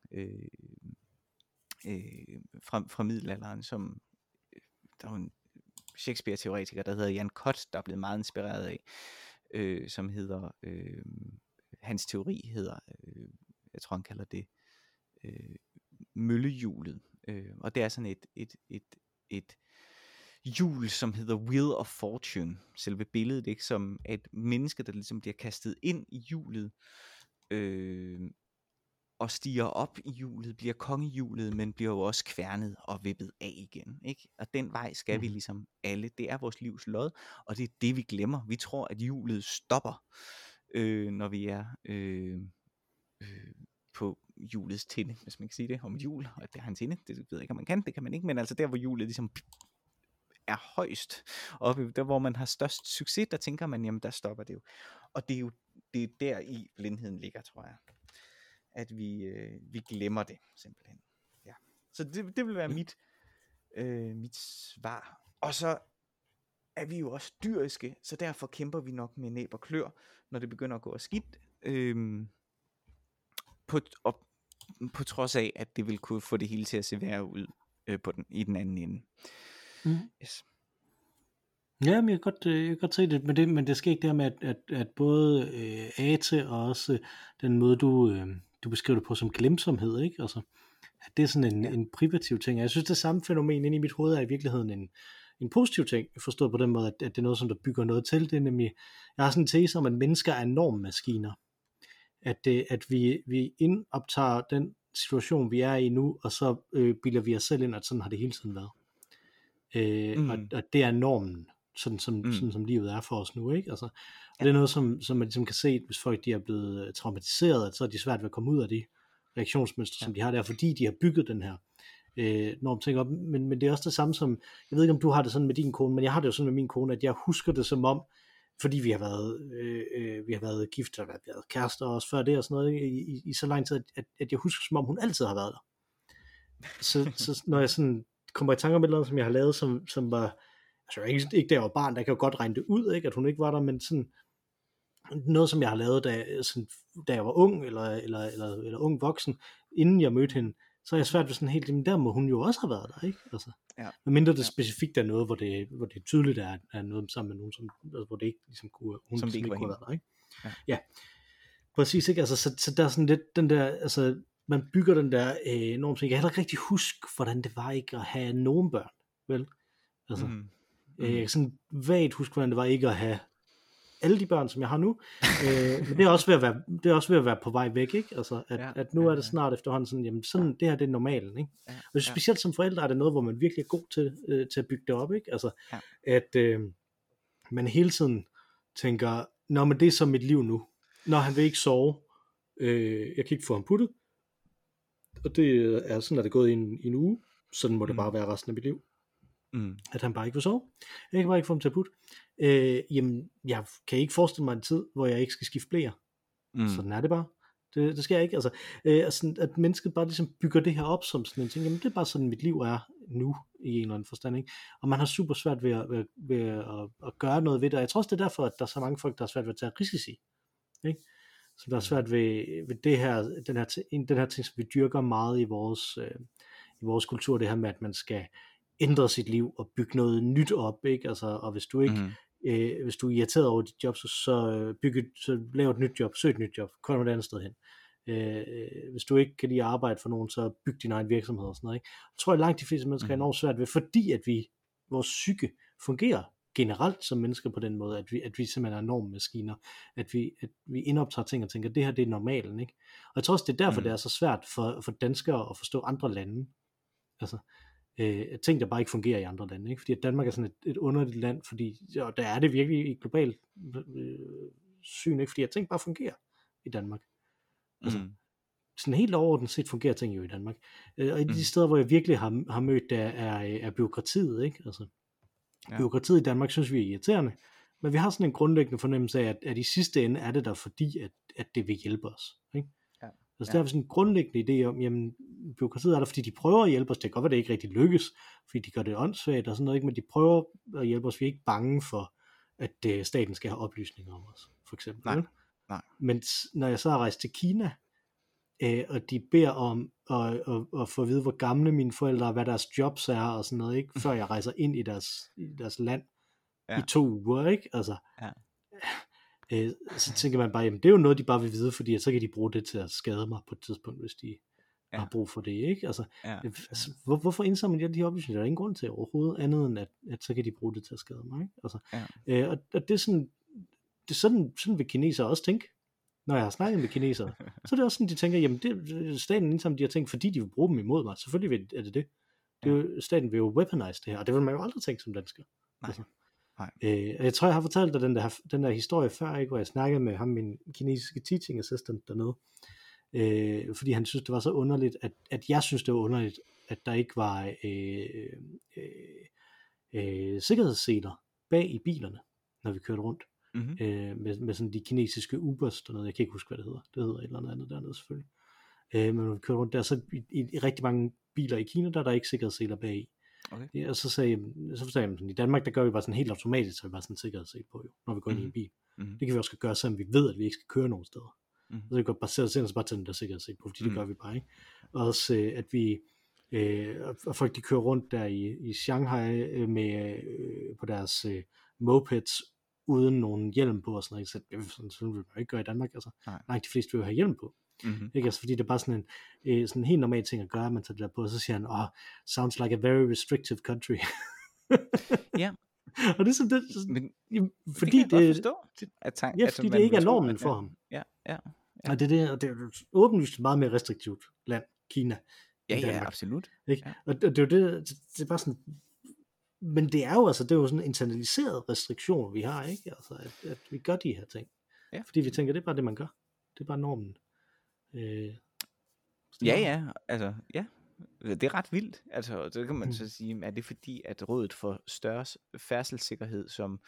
fra middelalderen, som der er en Shakespeare-teoretiker, der hedder Jan Kott, der er blevet meget inspireret af, som hedder, hans teori hedder, jeg tror han kalder det møllehjulet, og det er sådan et hjul, som hedder Wheel of Fortune, selve billedet, ikke, som et menneske, der ligesom bliver kastet ind i hjulet, og stiger op i hjulet, bliver kongehjulet, men bliver jo også kværnet og vippet af igen, ikke? Og den vej skal vi ligesom alle. Det er vores livs lod, og det er det, vi glemmer. Vi tror, at hjulet stopper, når vi er på hjulets tinde, hvis man kan sige det om et hjul, og det er hans tinde. Det ved jeg ikke, om man kan, det kan man ikke, men altså der, hvor hjulet ligesom er højst, og der, hvor man har størst succes, der tænker man, jamen der stopper det jo. Og det er jo der i blindheden ligger, tror jeg, at vi glemmer det simpelthen. Ja. Så det vil være mit svar. Og så er vi jo også dyriske, så derfor kæmper vi nok med næb og klør, når det begynder at gå skidt, på trods af, at det vil kunne få det hele til at se værre ud i den anden ende. Yes. Ja, men jeg kan godt se det, men det sker ikke der med, at både Ate og også den måde, du beskriver det på som glemsomhed, ikke? Altså, at det er sådan en privativ ting. Jeg synes, det samme fænomen inde i mit hoved er i virkeligheden en positiv ting, forstået på den måde, at det er noget, som der bygger noget til. Det er nemlig, jeg har sådan en tese om, at mennesker er normmaskiner. At vi indoptager den situation, vi er i nu, og så bilder vi os selv ind, at sådan har det hele tiden været. Og det er normen, sådan som livet er for os nu, ikke? Altså, og det er noget, som man ligesom kan se, hvis folk de er blevet traumatiseret, så er de svært ved at komme ud af de reaktionsmønstre, som de har der, fordi de har bygget den her norm ting op. Men det er også det samme som, jeg ved ikke, om du har det sådan med din kone, men jeg har det jo sådan med min kone, at jeg husker det som om, fordi vi har været gift, og vi har været kærester også før det og sådan noget, i så lang tid, at jeg husker som om, hun altid har været der. Så når jeg sådan kommer i tanke om et eller andet, som jeg har lavet, som var, altså ikke da jeg var barn, der kan jo godt regne det ud, ikke, at hun ikke var der, men sådan noget, som jeg har lavet, da jeg var ung, eller ung voksen, inden jeg mødte hende, så er jeg svært ved sådan helt, men der må hun jo også have været der, ikke? Altså, medmindre det specifikt er noget, hvor det tydeligt er noget sammen med nogen, som, altså, hvor det ikke ligesom kunne, hun som ikke kunne have været der, ikke? Ja. Præcis, ikke? Altså, så der er sådan lidt den der, altså, man bygger den der norm, så jeg kan heller ikke rigtig huske, hvordan det var ikke at have nogen børn, vel? Altså, jeg kan sådan vagt huske, hvordan det var ikke at have alle de børn, som jeg har nu, men det er også ved at være på vej væk, ikke? Altså, at nu er det snart efterhånden sådan, jamen sådan, det her det er normalen, ikke? Og specielt som forældre er det noget, hvor man virkelig er god til at bygge det op, ikke? Altså, at man hele tiden tænker, nå, men det er så mit liv nu. Når han vil ikke sove, jeg kan ikke få ham puttet, og det er sådan, at det er gået i en uge, sådan må det bare være resten af mit liv. At han bare ikke vil sove. Jeg kan bare ikke få ham til at putte. Jamen, jeg kan ikke forestille mig en tid, hvor jeg ikke skal skifte blæer. Sådan er det bare. Det skal jeg ikke. Altså, sådan, at mennesket bare ligesom bygger det her op som sådan en ting. Jamen, det er bare sådan, mit liv er nu, i en eller anden forstand. Ikke? Og man har super svært ved at gøre noget ved det. Og jeg tror også, det er derfor, at der er så mange folk, der er svært ved at tage risici. Ikke? Så der er svært ved det her, den her ting, som vi dyrker meget i vores kultur, det her med, at man skal ændre sit liv og bygge noget nyt op, ikke? Altså, og hvis du ikke, hvis du er irriteret over dit job, så lav et nyt job, søg et nyt job, kom et andet sted hen. Hvis du ikke kan lide at arbejde for nogen, så byg din egen virksomhed og sådan noget, ikke? Jeg tror, at langt de fleste mennesker er enormt svært ved, fordi at vores psyke fungerer generelt som mennesker på den måde, at vi simpelthen er enorme maskiner, at vi indoptager ting og tænker, det her det er normalen, ikke? Og jeg tror også, det er derfor, det er så svært for danskere at forstå andre lande. Altså, ting, der bare ikke fungerer i andre lande, ikke? Fordi at Danmark er sådan et underligt land, fordi der er det virkelig i global syn, ikke? Fordi at ting bare fungerer i Danmark. Altså, sådan helt overordnet set fungerer ting jo i Danmark. Og i de steder, hvor jeg virkelig har mødt, der er byråkratiet, ikke? Altså, byråkratiet i Danmark synes vi er irriterende, men vi har sådan en grundlæggende fornemmelse af, at i sidste ende er det der, fordi at det vil hjælpe os, ikke? Altså der er sådan en grundlæggende idé om, jamen, byråkratiet er der, fordi de prøver at hjælpe os. Det kan godt være, det ikke rigtig lykkes, fordi de gør det åndssvagt og sådan noget, ikke? Men de prøver at hjælpe os. Vi er ikke bange for, at staten skal have oplysninger om os, for eksempel. Nej. Men når jeg så har rejst til Kina, og de beder om at få at vide, hvor gamle mine forældre er, hvad deres jobs er og sådan noget, ikke? Før jeg rejser ind i deres land i 2 uger, ikke? Altså, så tænker man bare, jamen det er jo noget, de bare vil vide, fordi så kan de bruge det til at skade mig på et tidspunkt, hvis de har brug for det, ikke? Altså, hvorfor indsamler de her oplysninger? Der er ingen grund til overhovedet, andet end at så kan de bruge det til at skade mig, ikke? Altså, og det er sådan vil kinesere også tænke. Når jeg har snakket med kinesere, så er det også sådan, de tænker, jamen staten indsamler de her ting, fordi de vil bruge dem imod mig. Selvfølgelig er det. Staten vil jo weaponize det her, og det vil man jo aldrig tænke som dansker. Nej. Altså. Jeg tror, jeg har fortalt dig den der historie før, ikke, hvor jeg snakkede med ham, min kinesiske teaching assistant dernede, fordi han synes, det var så underligt, at jeg synes, det var underligt, at der ikke var sikkerhedsseler bag i bilerne, når vi kørte rundt. Med sådan de kinesiske Ubers dernede, jeg kan ikke huske, hvad det hedder. Det hedder et eller andet dernede selvfølgelig. Men når vi kørte rundt der, så i rigtig mange biler i Kina, der er der ikke sikkerhedsseler bag i. Okay. Og så sagde jeg sådan, i Danmark, der gør vi bare sådan helt automatisk, så vi bare sådan en sikkerhedssel på, jo, når vi går ind i en bil. Det kan vi også gøre, selvom vi ved, at vi ikke skal køre nogen steder. Så kan vi godt bare sætte os bare til den der sikkerhedssel på, fordi det gør vi bare, ikke? Og også, at vi og folk, de kører rundt der i Shanghai med på deres mopeds, uden nogen hjelm på og sådan noget, så sådan vil man ikke gøre i Danmark, altså. Nej, de fleste vil jo have hjelm på. Ikke? Altså, fordi det er bare sådan en helt normal ting at gøre, at man tager det der på, og så siger han, sounds like a very restrictive country. Ja. Og det er sådan det, men, fordi det kan jeg godt forstå, fordi det ikke er normen for ham. Ja. Og det er åbenlyst meget mere restriktivt land, Kina. Ja, absolut. Ikke? Ja. Og det er jo det er bare sådan. Men det er jo altså, det er jo sådan en internaliseret restriktion, vi har, ikke? Altså, at vi gør de her ting. Ja. Fordi vi tænker, det er bare det, man gør. Det er bare normen. Altså, ja. Det er ret vildt. Altså, så kan man så sige, er det fordi, at Rådet for Større Færdselssikkerhed som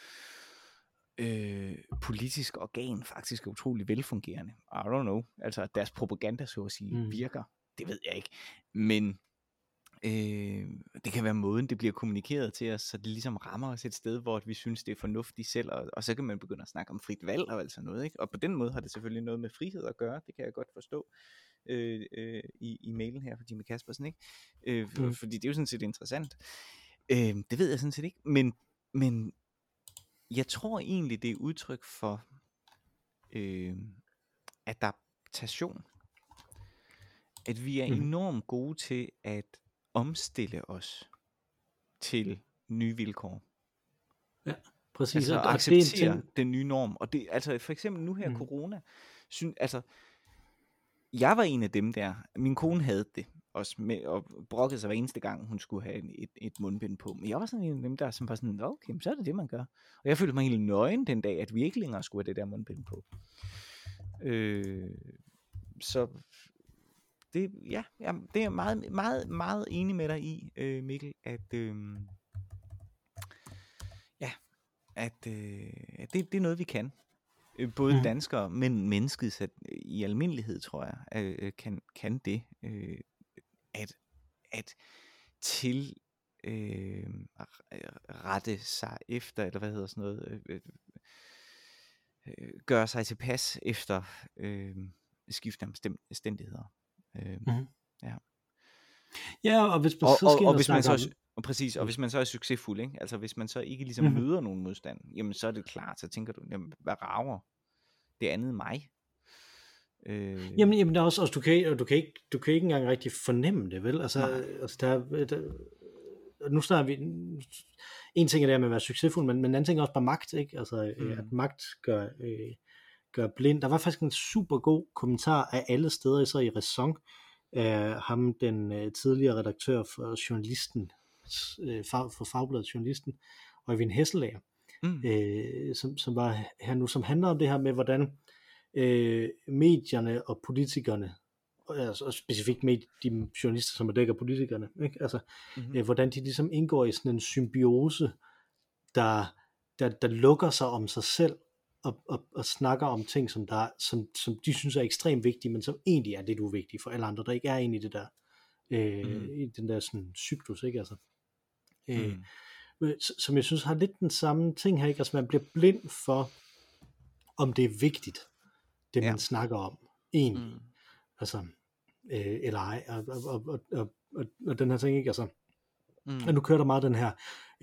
politisk organ faktisk er utrolig velfungerende? I don't know. Altså, at deres propaganda, så at sige, virker. Det ved jeg ikke. Men det kan være måden, det bliver kommunikeret til os, så det ligesom rammer os et sted, hvor vi synes, det er fornuftigt selv, og så kan man begynde at snakke om frit valg og alt sådan noget, ikke? Og på den måde har det selvfølgelig noget med frihed at gøre, det kan jeg godt forstå i mailen her fra Jimmy Kaspersen, ikke? Fordi det er jo sådan set interessant. Det ved jeg sådan set ikke, men jeg tror egentlig, det er udtryk for adaptation, at vi er enormt gode til at omstille os til nye vilkår. Ja, præcis. Altså at acceptere den nye norm. Og det, altså for eksempel nu her corona, altså jeg var en af dem der, min kone havde det, og brokkede sig hver eneste gang, hun skulle have et mundbind på. Men jeg var sådan en af dem, der som var sådan, okay, så er det det, man gør. Og jeg følte mig helt nøgen den dag, at vi ikke længere skulle have det der mundbind på. Så det, ja, det er jeg meget, meget, meget enig med dig i, Mikkel, at det er noget, vi kan. Både danskere, men mennesket i almindelighed, tror jeg, kan det. At til rette sig efter, eller hvad hedder sådan noget, gøre sig tilpas efter skiftende omstændigheder. Ja. Ja, og hvis man så og hvis man så præcis, og hvis man så er succesfuld, ikke? Altså hvis man så ikke ligesom møder nogen modstand, jamen så er det klart, så tænker du, jamen, hvad rager det andet mig? Jamen der er også du kan ikke engang rigtig fornemme det, vel? Altså nu snakker vi, en ting er det med at være succesfuld, men en anden ting er også bare magt, ikke? Altså at magt gør blind. Der var faktisk en super god kommentar af alle steder, så i Ræson, af ham, den tidligere redaktør for Journalisten, for Fagbladet Journalisten, Øjvind Hesselager, som var her nu, som handler om det her med, hvordan medierne og politikerne, altså specifikt med de journalister, som dækker politikerne, ikke? Altså, hvordan de ligesom indgår i sådan en symbiose, der lukker sig om sig selv, og snakker om ting, som de synes er ekstremt vigtige, men som egentlig er lidt uvigtige for alle andre, der ikke er inde i det der, i den der sådan cyklus, ikke? Altså, som jeg synes har lidt den samme ting her, ikke? Altså man bliver blind for, om det er vigtigt, det man snakker om, egentlig. Altså, eller ej, og den her ting, ikke? Altså, og nu kører der meget den her,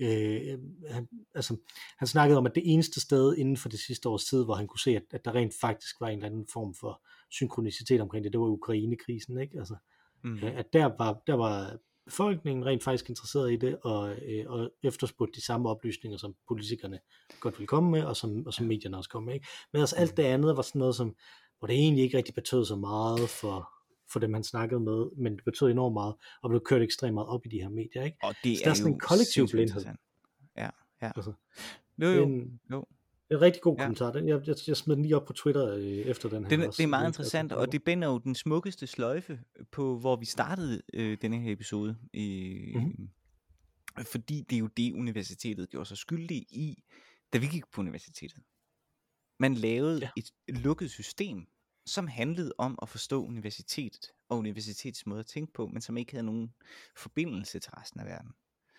han snakkede om, at det eneste sted inden for det sidste års tid, hvor han kunne se, at der rent faktisk var en eller anden form for synkronicitet omkring det var Ukraine-krisen, ikke? Altså, at der var befolkningen rent faktisk interesseret i det, og efterspurgte de samme oplysninger, som politikerne godt ville komme med, og som medierne også kom med, ikke? Men altså alt det andet var sådan noget, hvor det egentlig ikke rigtig betød så meget for dem, han snakkede med, men det betød enormt meget, og blev kørt ekstremt meget op i de her medier, ikke? Og det så der er sådan en kollektiv blindhed. Ja. Altså, Jo. En rigtig god kommentar. Jeg smed den lige op på Twitter efter den her. Det er meget interessant, og det binder jo den smukkeste sløjfe på, hvor vi startede denne her episode. Fordi det er jo det, universitetet gjorde sig skyldig i, da vi gik på universitetet. Man lavede et lukket system, som handlede om at forstå universitetet og universitetets måde at tænke på, men som ikke havde nogen forbindelse til resten af verden.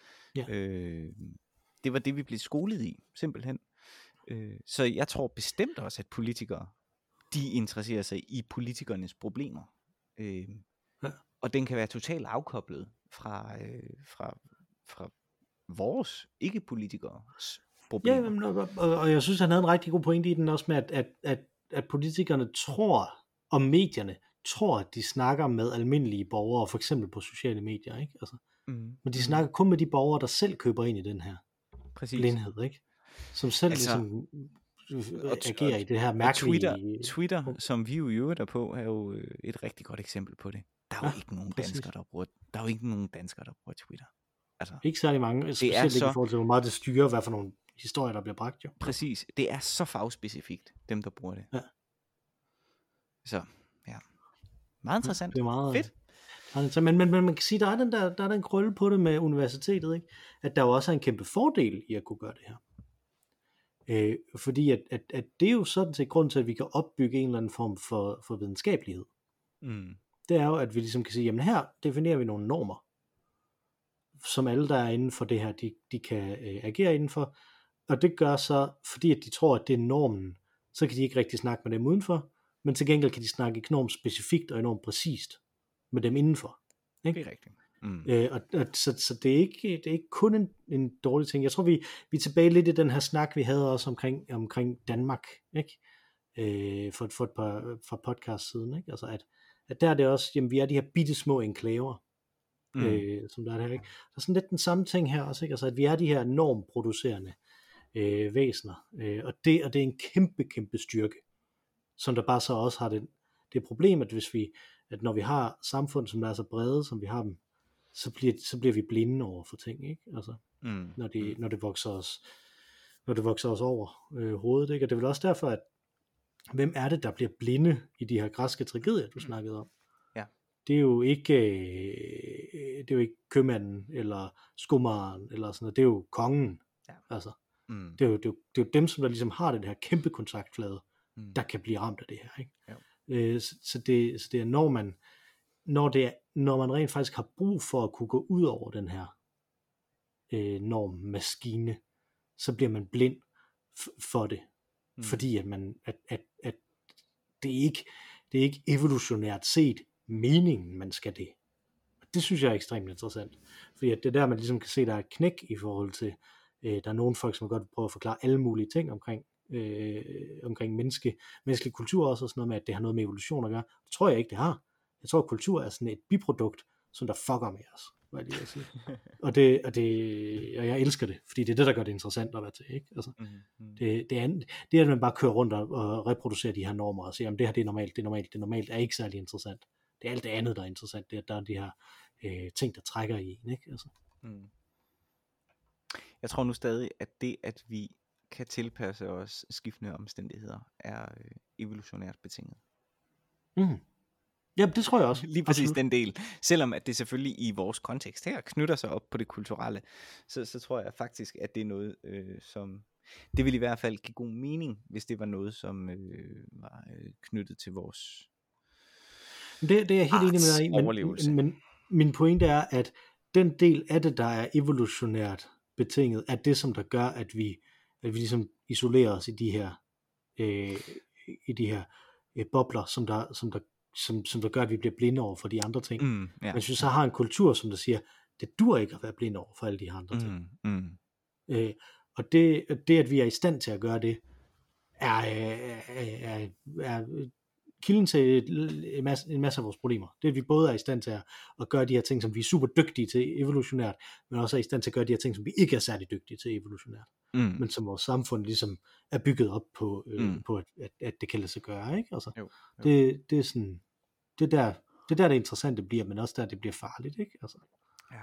Det var det, vi blev skolet i, simpelthen. Så jeg tror bestemt også, at politikere, de interesserer sig i politikernes problemer. Og den kan være totalt afkoblet fra vores ikke-politikers problemer. Og jeg synes, han havde en rigtig god pointe i den også med, at politikerne tror, og medierne tror, at de snakker med almindelige borgere, for eksempel på sociale medier, ikke? Altså, men de snakker kun med de borgere, der selv køber ind i den her blindhed, ikke? Som selv ligesom agerer i det her mærkelige... Twitter, som vi jo i øvrigt er på, er jo et rigtig godt eksempel på det. Der er jo ikke nogen danskere, der bruger Twitter. Altså, ikke særlig mange, specielt ikke i forhold til, hvor meget det styrer, hvad for nogle historier, der bliver bragt, jo. Præcis, det er så fagspecifikt, dem der bruger det. Ja. Så, ja. Meget interessant. Det er meget fedt. Men man kan sige, der er den krølle på det med universitetet, ikke? At der jo også er en kæmpe fordel i at kunne gøre det her. Fordi at det er jo sådan til grund til, at vi kan opbygge en eller anden form for videnskabelighed. Det er jo, at vi ligesom kan sige, jamen her definerer vi nogle normer, som alle, der er inden for det her, de kan agere indenfor. Og det gør så, fordi at de tror, at det er normen, så kan de ikke rigtig snakke med dem udenfor, men til gengæld kan de snakke enormt specifikt og enormt præcist med dem indenfor. Ikke? Det er rigtigt. Så det er ikke kun en dårlig ting. Jeg tror, vi er tilbage lidt i den her snak, vi havde også omkring Danmark, ikke? For et par podcast siden, ikke? Altså at der er det også, jamen vi er de her bitte små enklaver, som der er her, ikke? Der er sådan lidt den samme ting her også, ikke? Altså at vi er de her normproducerende væsener, og det er en kæmpe styrke, som der bare så også har det problem, at hvis vi at når vi har samfund, som er så brede, som vi har dem, så bliver vi blinde over for ting, ikke? Altså, når det vokser os over hovedet, ikke? Og det er vel også derfor, at hvem er det, der bliver blinde i de her græske tragedier, du snakkede om? Ja. Det er jo ikke købmanden eller skumaren eller sådan noget, det er jo kongen. Ja. Altså, det er jo dem, som der ligesom har den her kæmpe kontaktflade, der kan blive ramt af det her, ikke? Ja. Så det er når man rent faktisk har brug for at kunne gå ud over den her normmaskine, så bliver man blind for det, fordi at det er ikke evolutionært set meningen, man skal det. Det synes jeg er ekstremt interessant, fordi at det er der, man ligesom kan se, der er et knæk i forhold til, der er nogle folk, som godt vil prøve at forklare alle mulige ting omkring menneskelig kultur også, og sådan noget med, at det har noget med evolution at gøre. Det tror jeg ikke, det har. Jeg tror, at kultur er sådan et biprodukt, som der fucker med os, hvad jeg lige vil sige. og jeg elsker det, fordi det er det, der gør det interessant at være til, ikke? Altså, det at man bare kører rundt og reproducerer de her normer og siger, jamen det her det er normalt, er ikke særlig interessant. Det er alt det andet, der er interessant, det er, at der er de her ting, der trækker i en, ikke? Altså. Jeg tror nu stadig, at det, at vi kan tilpasse os skiftende omstændigheder, er evolutionært betinget. Ja, det tror jeg også. Lige præcis den del. Selvom at det selvfølgelig i vores kontekst her knytter sig op på det kulturelle, så tror jeg faktisk, at det er noget, som... Det vil i hvert fald give god mening, hvis det var noget, som var knyttet til vores... Det er jeg helt enig med dig i, men min pointe er, at den del af det, der er evolutionært betinget, er det, som der gør, at vi ligesom isolerer os i de her bobler, som der gør, at vi bliver blinde over for de andre ting. Men hvis vi så har en kultur, som der siger, det dur ikke at være blinde over for alle de andre ting. Og det, at vi er i stand til at gøre det, er kilden til en masse af vores problemer. Det er, at vi både er i stand til at gøre de her ting, som vi er super dygtige til evolutionært, men også er i stand til at gøre de her ting, som vi ikke er særlig dygtige til evolutionært. Men som vores samfund ligesom er bygget op på, at det kan lade sig gøre, ikke? Altså, jo. Det er sådan, det der det interessante bliver, men også der det bliver farligt, ikke? Altså. Ja.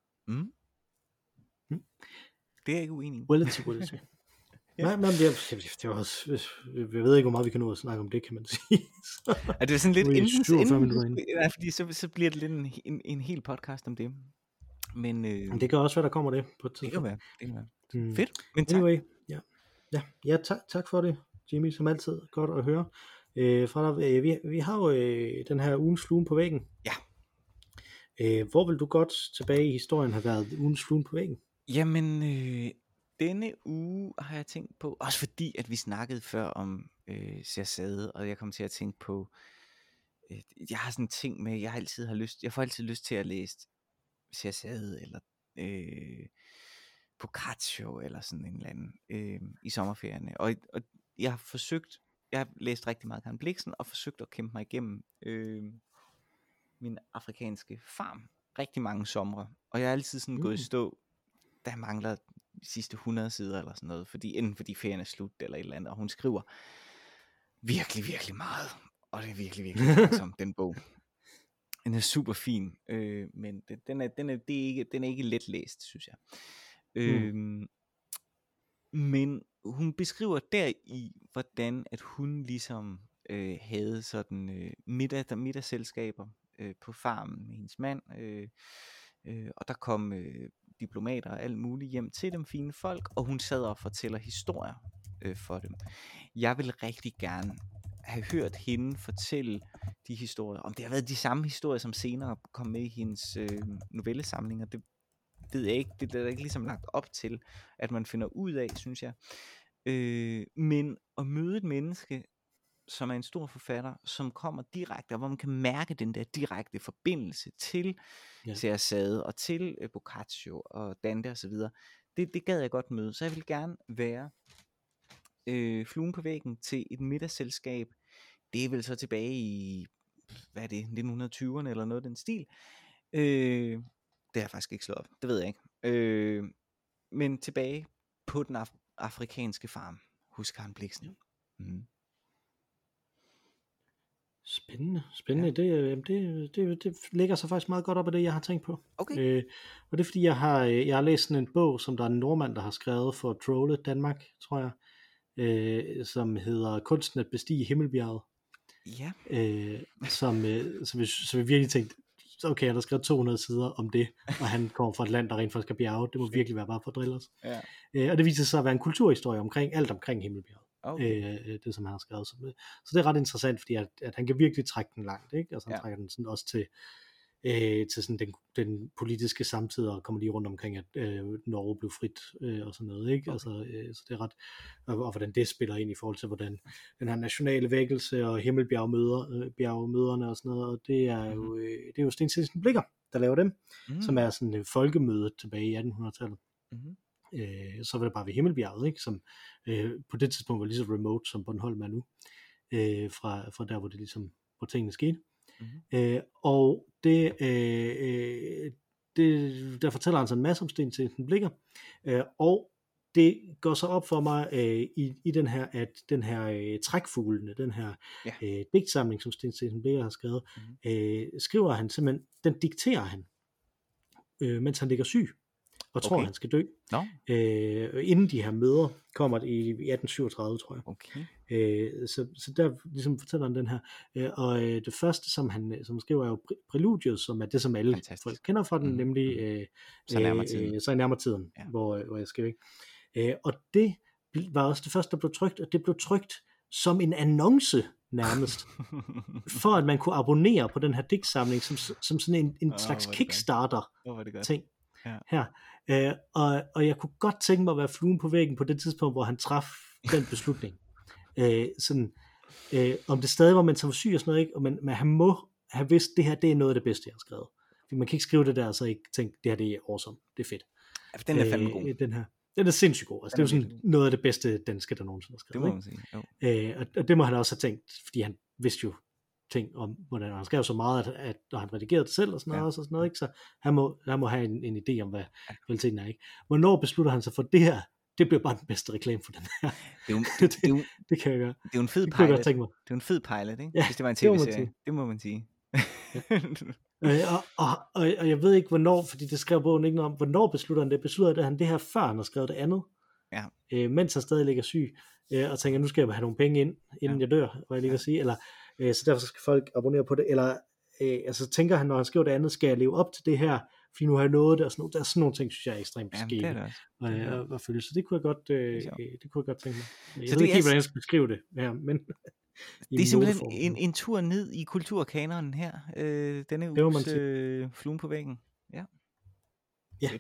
Det er jeg ikke uenig i. Relativity. Nej, men det var også, jeg ved ikke, hvor meget vi kan nå at snakke om det, kan man sige. Er det sådan lidt fordi så bliver det lidt en hel podcast om det. Men det kan også være, der kommer det på et tidspunkt. Det kan være. Fedt. Men tak. Anyway, ja, tak for det, Jimmy, som altid godt at høre. Fra dig, vi har jo den her ugens fluen på væggen. Ja. Hvor vil du godt tilbage i historien have været ugens fluen på væggen? Jamen, denne uge har jeg tænkt på, også fordi at vi snakkede før om Sherazade, og jeg kom til at tænke på, jeg har sådan en ting med, jeg får altid lyst til at læse Sherazade eller Boccaccio eller sådan en eller anden i sommerferierne, og jeg har læst rigtig meget Karen Blixen og forsøgt at kæmpe mig igennem min afrikanske farm rigtig mange somre, og jeg er altid sådan gået i stå, der mangler de sidste 100 sider eller sådan noget, fordi ferien er slut eller et eller andet, og hun skriver virkelig, virkelig meget, og det er virkelig, virkelig langsomt, den bog. Den er super fin, men den er ikke let læst, synes jeg. Men hun beskriver deri, hvordan at hun ligesom havde sådan middagsselskaber på farmen med hendes mand, og der kom diplomater og alt muligt hjem til dem, fine folk, og hun sad og fortæller historier for dem. Jeg vil rigtig gerne have hørt hende fortælle de historier, om det har været de samme historier, som senere kom med i hendes novellesamlinger, det ved jeg ikke, det er der ikke ligesom lagt op til, at man finder ud af, synes jeg. Men at møde et menneske, som er en stor forfatter, som kommer direkte, og hvor man kan mærke den der direkte forbindelse til Sherazade og til Boccaccio og Dante og så videre, det gad jeg godt møde. Så jeg vil gerne være fluen på væggen til et middagsselskab. Det er vel så tilbage i, hvad er det, 1920'erne eller noget af den stil. Det har jeg faktisk ikke slået op, det ved jeg ikke. Men tilbage på den afrikanske farm hos Karen Blixen. Spændende. Det ligger sig faktisk meget godt op af det, jeg har tænkt på. Okay. Og det er fordi, jeg har læst sådan en bog, som der er en nordmand, der har skrevet for Trolle Danmark, tror jeg, som hedder Kunsten at bestige Himmelbjerget. Ja. Så vi virkelig tænkte, okay, han har skrevet 200 sider om det, og han kommer fra et land, der rent faktisk kan bjerge. Det må virkelig være bare for at drille os. Ja. Og det viser sig at være en kulturhistorie omkring Himmelbjerget. Okay. Det som han har skrevet. Så det er ret interessant, fordi at han kan virkelig trække den langt, ikke? Altså han trækker den sådan også til sådan den politiske samtid, og kommer lige rundt omkring at Norge blev frit og sådan noget, ikke? Okay. Altså, så det er ret, og hvordan det spiller ind i forhold til hvordan den her nationale vækkelse og Himmelbjergmøderne og sådan noget, og det er jo Steen Steensen Blicher, der laver dem, som er sådan et folkemøde tilbage i 1800-tallet. Så var det bare ved Himmelbjerget, ikke? Som på det tidspunkt var lige så remote som Bornholm er nu, fra der hvor det ligesom hvor tingene skete. Og det der fortæller han så en masse om Steen Steensen Blicher, og det går så op for mig i den her, at den her trækfuglene, den her digtsamling, som Steen Steensen Blicher har skrevet, skriver han simpelthen, den dikterer han, mens han ligger syg, og tror, han skal dø. No. Inden de her møder kommer det i 1837, tror jeg. Okay. Så der ligesom fortæller han den her. Og det første, som han skriver, er jo Præludiet, som er det, som alle folk kender fra den, nemlig Så nærmer tiden, hvor jeg skal væk. Og det var også det første, der blev trykt, og det blev trykt som en annonce nærmest, for at man kunne abonnere på den her digtsamling, som sådan en slags Kickstarter-ting. Her. Og jeg kunne godt tænke mig at være fluen på væggen på det tidspunkt, hvor han traf den beslutning. Om det stadig var, man var syg og sådan noget, ikke? Men han må have vidst, det her, det er noget af det bedste, jeg har skrevet. Fordi man kan ikke skrive det der, og så ikke tænke, det her, det er awesome, det er fedt. Ja, den er fandme god. Den er sindssygt god. Altså, det er jo sådan noget af det bedste danske, der nogensinde har skrevet. Det må man sige. Og det må han også have tænkt, fordi han vidste jo ting om, hvordan han skrev så meget, at når han redigerede det selv og sådan noget, og sådan noget, ikke? Så han må have en idé om, hvad kvaliteten er, ikke? Hvornår beslutter han sig for det her? Det bliver bare den bedste reklame for den her. Det kan jeg gøre. Det er jo en fed pilot. Det er jo en fed pilot, ikke? Hvis det var en tv-serie. Det må man sige. Og jeg ved ikke hvornår, fordi det skrev bogen ikke noget om, hvornår beslutter han det? Beslutter han det her, før han har skrevet det andet? Mens han stadig ligger syg, og tænker, nu skal jeg have nogle penge ind, inden jeg dør, hvad jeg lige vil sige, eller så derfor skal folk abonnere på det, eller altså tænker han, når han skriver det andet, skal jeg leve op til det her, fordi nu har jeg nået det, og sådan noget. Der er sådan nogle ting, synes jeg er ekstremt skæve at følge, så det kunne jeg godt tænke mig. Jeg ved ikke helt, hvordan jeg skal beskrive det her, men det er simpelthen en tur ned i kulturkanonen her, denne uges fluen på væggen. Ja.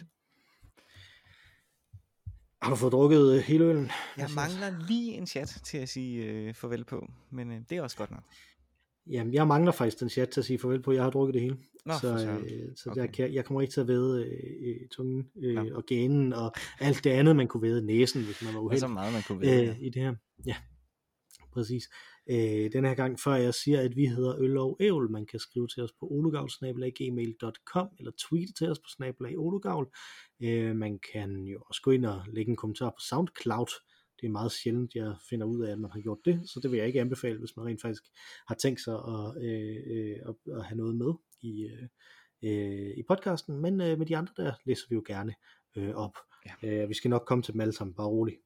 Har du fået drukket hele øllen? Jeg mangler lige en chat til at sige farvel på, men det er også godt nok. Jamen, jeg mangler faktisk den chat til at sige farvel på. Jeg har drukket det hele. Så okay. Jeg kommer ikke til at væde tungen og ganen og alt det andet, man kunne væde, næsen, hvis man var uheldig. Så meget man kunne væde. I det her. Ja, præcis. Den her gang, før jeg siger, at vi hedder Øl og Ævl, man kan skrive til os på olugavl@gmail.com eller tweete til os på @olugavl. Man kan jo også gå ind og lægge en kommentar på SoundCloud. Det er meget sjældent, jeg finder ud af, at man har gjort det, så det vil jeg ikke anbefale, hvis man rent faktisk har tænkt sig at have noget med i podcasten, men med de andre der læser vi jo gerne op. Ja. Vi skal nok komme til dem alle sammen, bare roligt.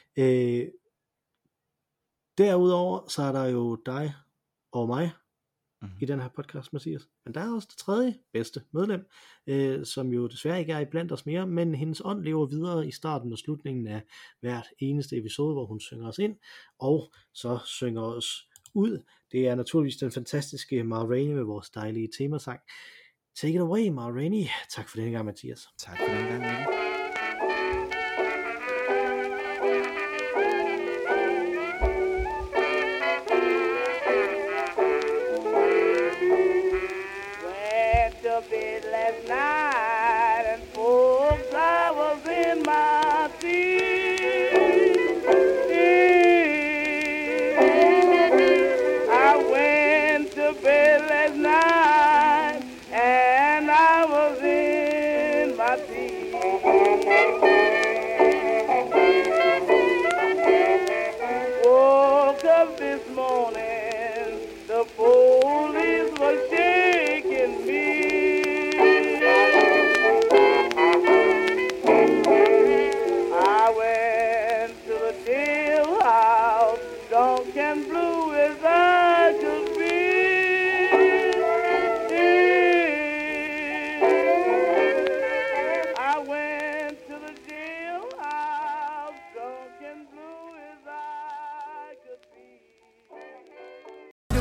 Derudover så er der jo dig og mig i den her podcast, Mathias. Men der er også det tredje bedste medlem, som jo desværre ikke er iblandt os mere, men hendes ånd lever videre i starten og slutningen af hvert eneste episode, hvor hun synger os ind, og så synger os ud. Det er naturligvis den fantastiske Ma Rainey med vores dejlige temasang. Take it away, Ma Rainey. Tak for denne gang, Mathias. Tak for denne gang, Mathias. Woke up this morning, the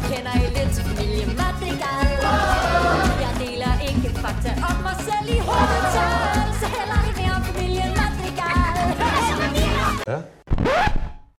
Kender I lidt til familie Madrigal? Jeg deler ikke fakta om mig selv i hovedtal, så heller ikke mere om familien Madrigal. Ja.